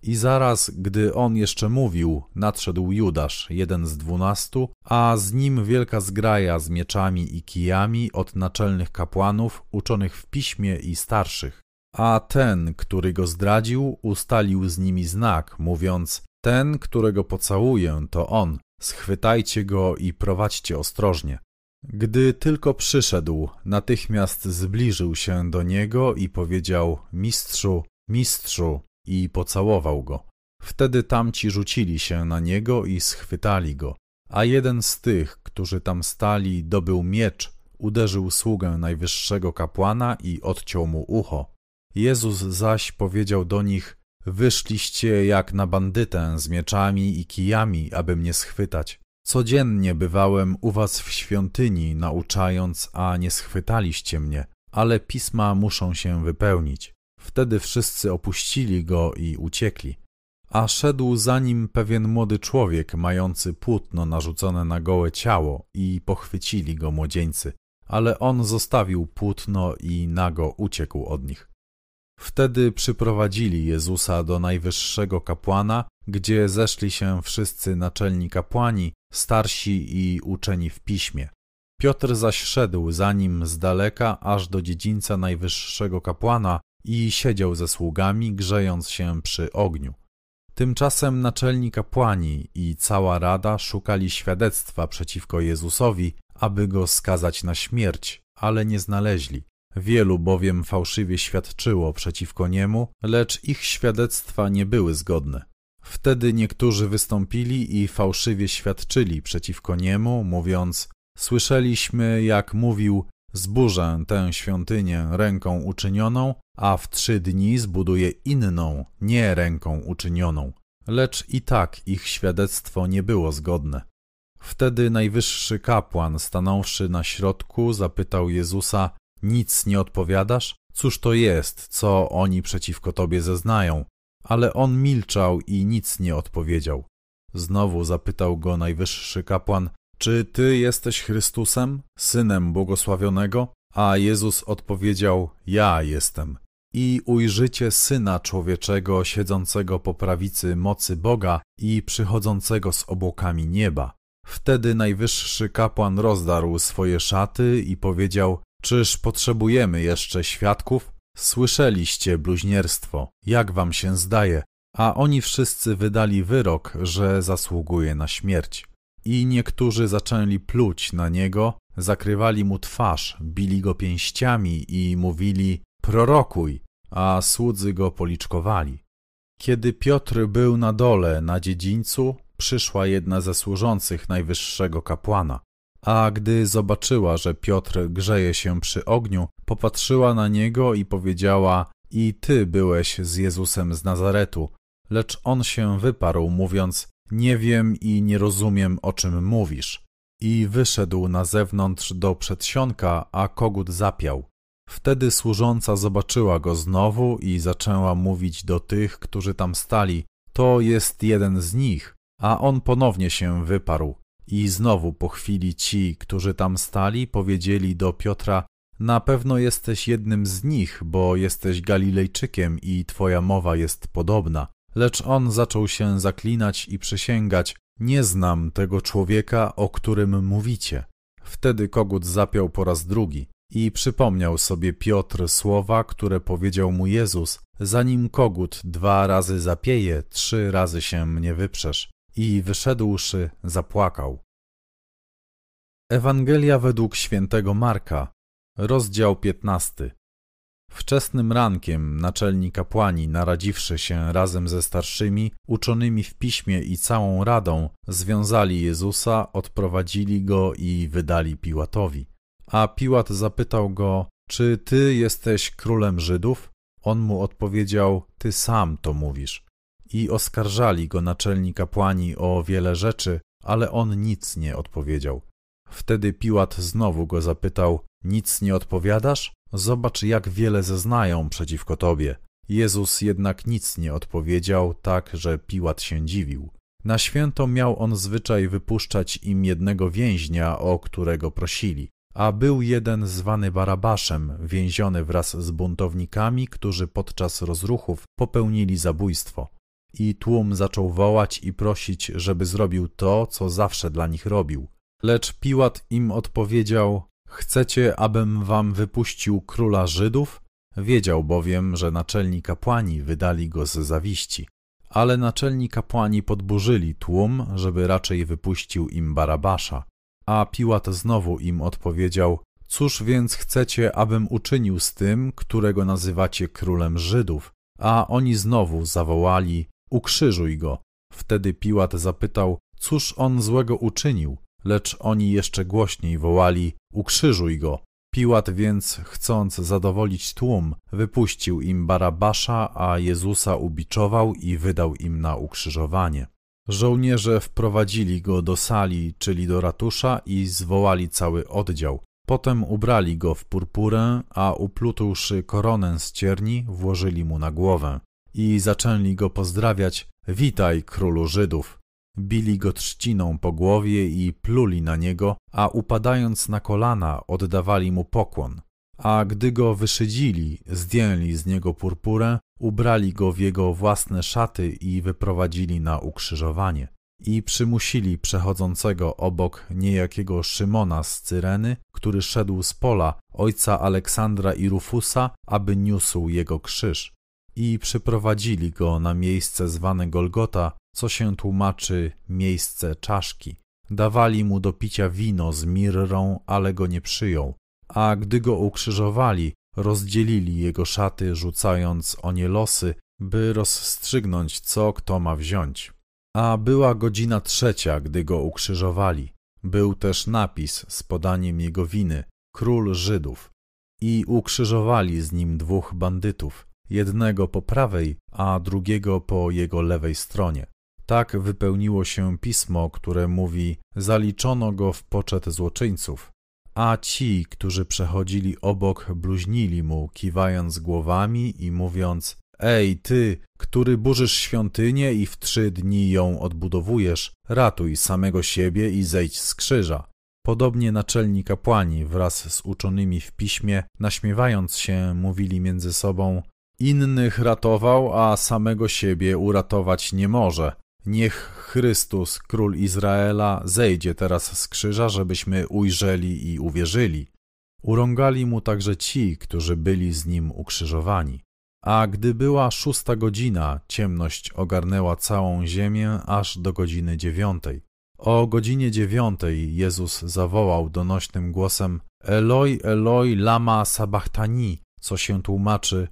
I zaraz, gdy on jeszcze mówił, nadszedł Judasz, jeden z 12, a z nim wielka zgraja z mieczami i kijami od naczelnych kapłanów, uczonych w piśmie i starszych. A ten, który go zdradził, ustalił z nimi znak, mówiąc: ten, którego pocałuję, to on, schwytajcie go i prowadźcie ostrożnie. Gdy tylko przyszedł, natychmiast zbliżył się do niego i powiedział: Mistrzu, mistrzu, i pocałował go. Wtedy tamci rzucili się na niego i schwytali go, a jeden z tych, którzy tam stali, dobył miecz, uderzył sługę najwyższego kapłana i odciął mu ucho. Jezus zaś powiedział do nich: wyszliście jak na bandytę z mieczami i kijami, aby mnie schwytać. Codziennie bywałem u was w świątyni, nauczając, a nie schwytaliście mnie, ale pisma muszą się wypełnić. Wtedy wszyscy opuścili go i uciekli. A szedł za nim pewien młody człowiek, mający płótno narzucone na gołe ciało, i pochwycili go młodzieńcy, ale on zostawił płótno i nago uciekł od nich. Wtedy przyprowadzili Jezusa do najwyższego kapłana, gdzie zeszli się wszyscy naczelni kapłani, starsi i uczeni w piśmie. Piotr zaś szedł za nim z daleka aż do dziedzińca najwyższego kapłana i siedział ze sługami, grzejąc się przy ogniu. Tymczasem naczelni kapłani i cała rada szukali świadectwa przeciwko Jezusowi, aby go skazać na śmierć, ale nie znaleźli. Wielu bowiem fałszywie świadczyło przeciwko niemu, lecz ich świadectwa nie były zgodne. Wtedy niektórzy wystąpili i fałszywie świadczyli przeciwko niemu, mówiąc: słyszeliśmy, jak mówił: zburzę tę świątynię ręką uczynioną, a w 3 dni zbuduję inną, nie ręką uczynioną. Lecz i tak ich świadectwo nie było zgodne. Wtedy najwyższy kapłan, stanąwszy na środku, zapytał Jezusa: nic nie odpowiadasz? Cóż to jest, co oni przeciwko tobie zeznają? Ale on milczał i nic nie odpowiedział. Znowu zapytał go najwyższy kapłan: czy ty jesteś Chrystusem, Synem Błogosławionego? A Jezus odpowiedział: ja jestem. I ujrzycie Syna Człowieczego siedzącego po prawicy mocy Boga i przychodzącego z obłokami nieba. Wtedy najwyższy kapłan rozdarł swoje szaty i powiedział: czyż potrzebujemy jeszcze świadków? Słyszeliście bluźnierstwo, jak wam się zdaje? A oni wszyscy wydali wyrok, że zasługuje na śmierć. I niektórzy zaczęli pluć na niego, zakrywali mu twarz, bili go pięściami i mówili: prorokuj, a słudzy go policzkowali. Kiedy Piotr był na dole, na dziedzińcu, przyszła jedna ze służących najwyższego kapłana. A gdy zobaczyła, że Piotr grzeje się przy ogniu, popatrzyła na niego i powiedziała: i ty byłeś z Jezusem z Nazaretu. Lecz on się wyparł, mówiąc: nie wiem i nie rozumiem, o czym mówisz. I wyszedł na zewnątrz do przedsionka, a kogut zapiał. Wtedy służąca zobaczyła go znowu i zaczęła mówić do tych, którzy tam stali: to jest jeden z nich. A on ponownie się wyparł. I znowu po chwili ci, którzy tam stali, powiedzieli do Piotra: na pewno jesteś jednym z nich, bo jesteś Galilejczykiem i twoja mowa jest podobna. Lecz on zaczął się zaklinać i przysięgać: nie znam tego człowieka, o którym mówicie. Wtedy kogut zapiał po raz drugi i przypomniał sobie Piotr słowa, które powiedział mu Jezus: zanim kogut 2 razy zapieje, 3 razy się mnie wyprzesz. I wyszedłszy, zapłakał. Ewangelia według świętego Marka, rozdział 15. Wczesnym rankiem naczelni kapłani, naradziwszy się razem ze starszymi, uczonymi w piśmie i całą radą, związali Jezusa, odprowadzili go i wydali Piłatowi. A Piłat zapytał go: czy ty jesteś królem Żydów? On mu odpowiedział: ty sam to mówisz. I oskarżali go naczelni kapłani o wiele rzeczy, ale on nic nie odpowiedział. Wtedy Piłat znowu go zapytał: nic nie odpowiadasz? Zobacz, jak wiele zeznają przeciwko tobie. Jezus jednak nic nie odpowiedział, tak że Piłat się dziwił. Na święto miał on zwyczaj wypuszczać im jednego więźnia, o którego prosili. A był jeden zwany Barabaszem, więziony wraz z buntownikami, którzy podczas rozruchów popełnili zabójstwo. I tłum zaczął wołać i prosić, żeby zrobił to, co zawsze dla nich robił. Lecz Piłat im odpowiedział: chcecie, abym wam wypuścił króla Żydów? Wiedział bowiem, że naczelni kapłani wydali go z zawiści. Ale naczelni kapłani podburzyli tłum, żeby raczej wypuścił im Barabasza. A Piłat znowu im odpowiedział: cóż więc chcecie, abym uczynił z tym, którego nazywacie królem Żydów? A oni znowu zawołali: ukrzyżuj go. Wtedy Piłat zapytał: cóż on złego uczynił? Lecz oni jeszcze głośniej wołali: ukrzyżuj go. Piłat więc, chcąc zadowolić tłum, wypuścił im Barabasza, a Jezusa ubiczował i wydał im na ukrzyżowanie. Żołnierze wprowadzili go do sali, czyli do ratusza, i zwołali cały oddział. Potem ubrali go w purpurę, a uplutłszy koronę z cierni, włożyli mu na głowę. I zaczęli go pozdrawiać: witaj, królu Żydów. Bili go trzciną po głowie i pluli na niego, a upadając na kolana oddawali mu pokłon. A gdy go wyszydzili, zdjęli z niego purpurę, ubrali go w jego własne szaty i wyprowadzili na ukrzyżowanie. I przymusili przechodzącego obok niejakiego Szymona z Cyreny, który szedł z pola, ojca Aleksandra i Rufusa, aby niósł jego krzyż. I przyprowadzili go na miejsce zwane Golgota, co się tłumaczy miejsce czaszki. Dawali mu do picia wino z mirrą, ale go nie przyjął. A gdy go ukrzyżowali, rozdzielili jego szaty, rzucając o nie losy, by rozstrzygnąć, co kto ma wziąć. A była godzina 3, gdy go ukrzyżowali. Był też napis z podaniem jego winy: król Żydów. I ukrzyżowali z nim 2 bandytów, jednego po prawej, a drugiego po jego lewej stronie. Tak wypełniło się pismo, które mówi: zaliczono go w poczet złoczyńców. A ci, którzy przechodzili obok, bluźnili mu, kiwając głowami i mówiąc: ej, ty, który burzysz świątynię i w 3 dni ją odbudowujesz, ratuj samego siebie i zejdź z krzyża. Podobnie naczelni kapłani wraz z uczonymi w piśmie, naśmiewając się, mówili między sobą: innych ratował, a samego siebie uratować nie może. Niech Chrystus, król Izraela, zejdzie teraz z krzyża, żebyśmy ujrzeli i uwierzyli. Urągali mu także ci, którzy byli z nim ukrzyżowani. A gdy była 6 godzina, ciemność ogarnęła całą ziemię aż do godziny 9. O godzinie 9 Jezus zawołał donośnym głosem: Eloi, Eloi, lama sabachthani, co się tłumaczy: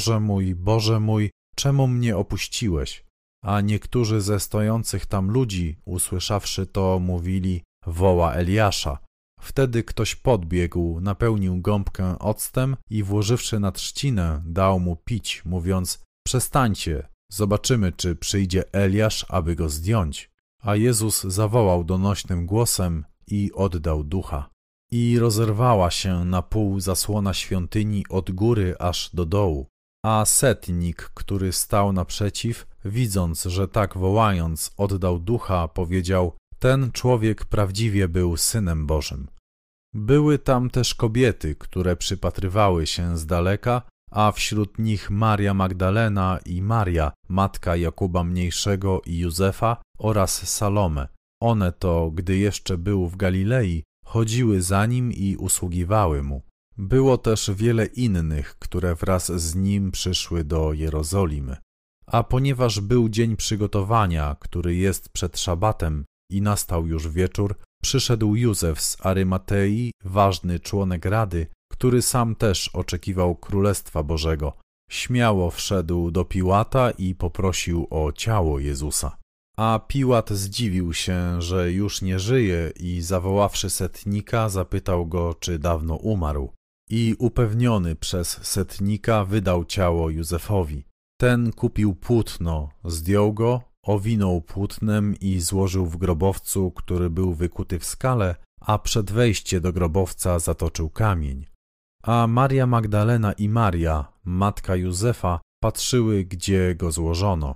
Boże mój, czemu mnie opuściłeś? A niektórzy ze stojących tam ludzi, usłyszawszy to, mówili: woła Eliasza. Wtedy ktoś podbiegł, napełnił gąbkę octem i włożywszy na trzcinę, dał mu pić, mówiąc: przestańcie, zobaczymy, czy przyjdzie Eliasz, aby go zdjąć. A Jezus zawołał donośnym głosem i oddał ducha. I rozerwała się na pół zasłona świątyni od góry aż do dołu. A setnik, który stał naprzeciw, widząc, że tak wołając oddał ducha, powiedział: ten człowiek prawdziwie był Synem Bożym. Były tam też kobiety, które przypatrywały się z daleka, a wśród nich Maria Magdalena i Maria, matka Jakuba Mniejszego i Józefa, oraz Salome. One to, gdy jeszcze był w Galilei, chodziły za nim i usługiwały mu. Było też wiele innych, które wraz z nim przyszły do Jerozolimy. A ponieważ był dzień przygotowania, który jest przed szabatem, i nastał już wieczór, przyszedł Józef z Arymatei, ważny członek rady, który sam też oczekiwał Królestwa Bożego. Śmiało wszedł do Piłata i poprosił o ciało Jezusa. A Piłat zdziwił się, że już nie żyje, i zawoławszy setnika, zapytał go, czy dawno umarł. I upewniony przez setnika wydał ciało Józefowi. Ten kupił płótno, zdjął go, owinął płótnem i złożył w grobowcu, który był wykuty w skale, a przed wejściem do grobowca zatoczył kamień. A Maria Magdalena i Maria, matka Józefa, patrzyły, gdzie go złożono.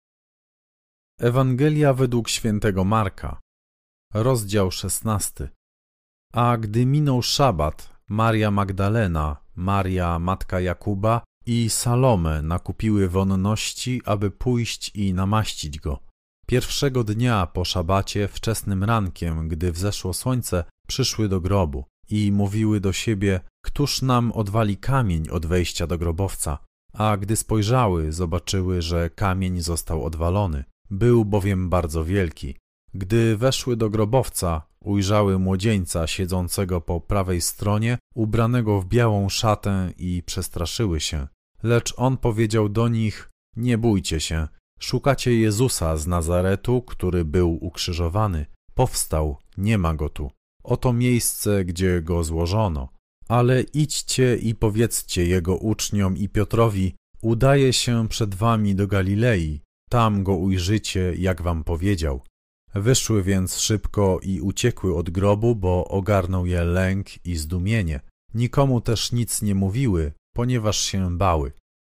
Ewangelia według świętego Marka, rozdział 16. A gdy minął szabat, Maria Magdalena, Maria matka Jakuba i Salome nakupiły wonności, aby pójść i namaścić go. Pierwszego dnia po szabacie, wczesnym rankiem, gdy wzeszło słońce, przyszły do grobu i mówiły do siebie: któż nam odwali kamień od wejścia do grobowca? A gdy spojrzały, zobaczyły, że kamień został odwalony. Był bowiem bardzo wielki. Gdy weszły do grobowca, ujrzały młodzieńca siedzącego po prawej stronie, ubranego w białą szatę, i przestraszyły się. Lecz on powiedział do nich: nie bójcie się, szukacie Jezusa z Nazaretu, który był ukrzyżowany. Powstał, nie ma go tu. Oto miejsce, gdzie go złożono. Ale idźcie i powiedzcie jego uczniom i Piotrowi: udaje się przed wami do Galilei, tam go ujrzycie, jak wam powiedział. Wyszły więc szybko i uciekły od grobu, bo ogarnął je lęk i zdumienie. Nikomu też nic nie mówiły, ponieważ się bały.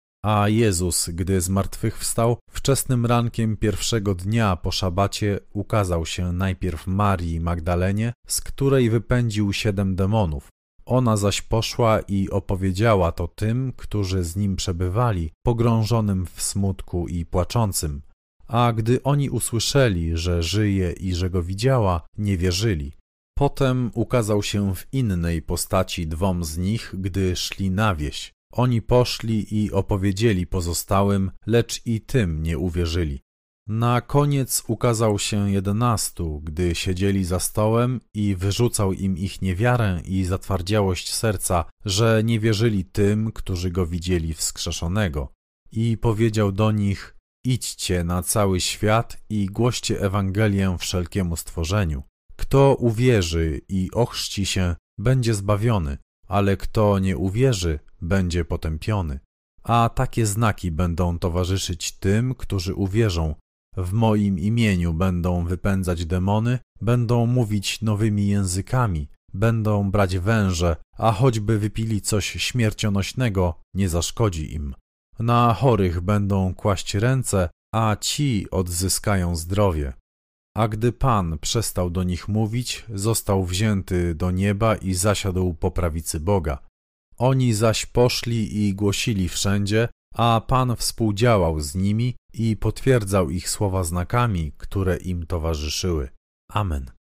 A Jezus, gdy zmartwychwstał, wczesnym rankiem pierwszego dnia po szabacie ukazał się najpierw Marii Magdalenie, z której wypędził 7 demonów. Ona zaś poszła i opowiedziała to tym, którzy z nim przebywali, pogrążonym w smutku i płaczącym. A gdy oni usłyszeli, że żyje i że go widziała, nie wierzyli. Potem ukazał się w innej postaci 2 z nich, gdy szli na wieś. Oni poszli i opowiedzieli pozostałym, lecz i tym nie uwierzyli. Na koniec ukazał się 11, gdy siedzieli za stołem, i wyrzucał im ich niewiarę i zatwardziałość serca, że nie wierzyli tym, którzy go widzieli wskrzeszonego. I powiedział do nich: idźcie na cały świat i głoście Ewangelię wszelkiemu stworzeniu. Kto uwierzy i ochrzci się, będzie zbawiony, ale kto nie uwierzy, będzie potępiony. A takie znaki będą towarzyszyć tym, którzy uwierzą. W moim imieniu będą wypędzać demony, będą mówić nowymi językami, będą brać węże, a choćby wypili coś śmiercionośnego, nie zaszkodzi im. Na chorych będą kłaść ręce, a ci odzyskają zdrowie. A gdy Pan przestał do nich mówić, został wzięty do nieba i zasiadł po prawicy Boga. Oni zaś poszli i głosili wszędzie, a Pan współdziałał z nimi i potwierdzał ich słowa znakami, które im towarzyszyły. Amen.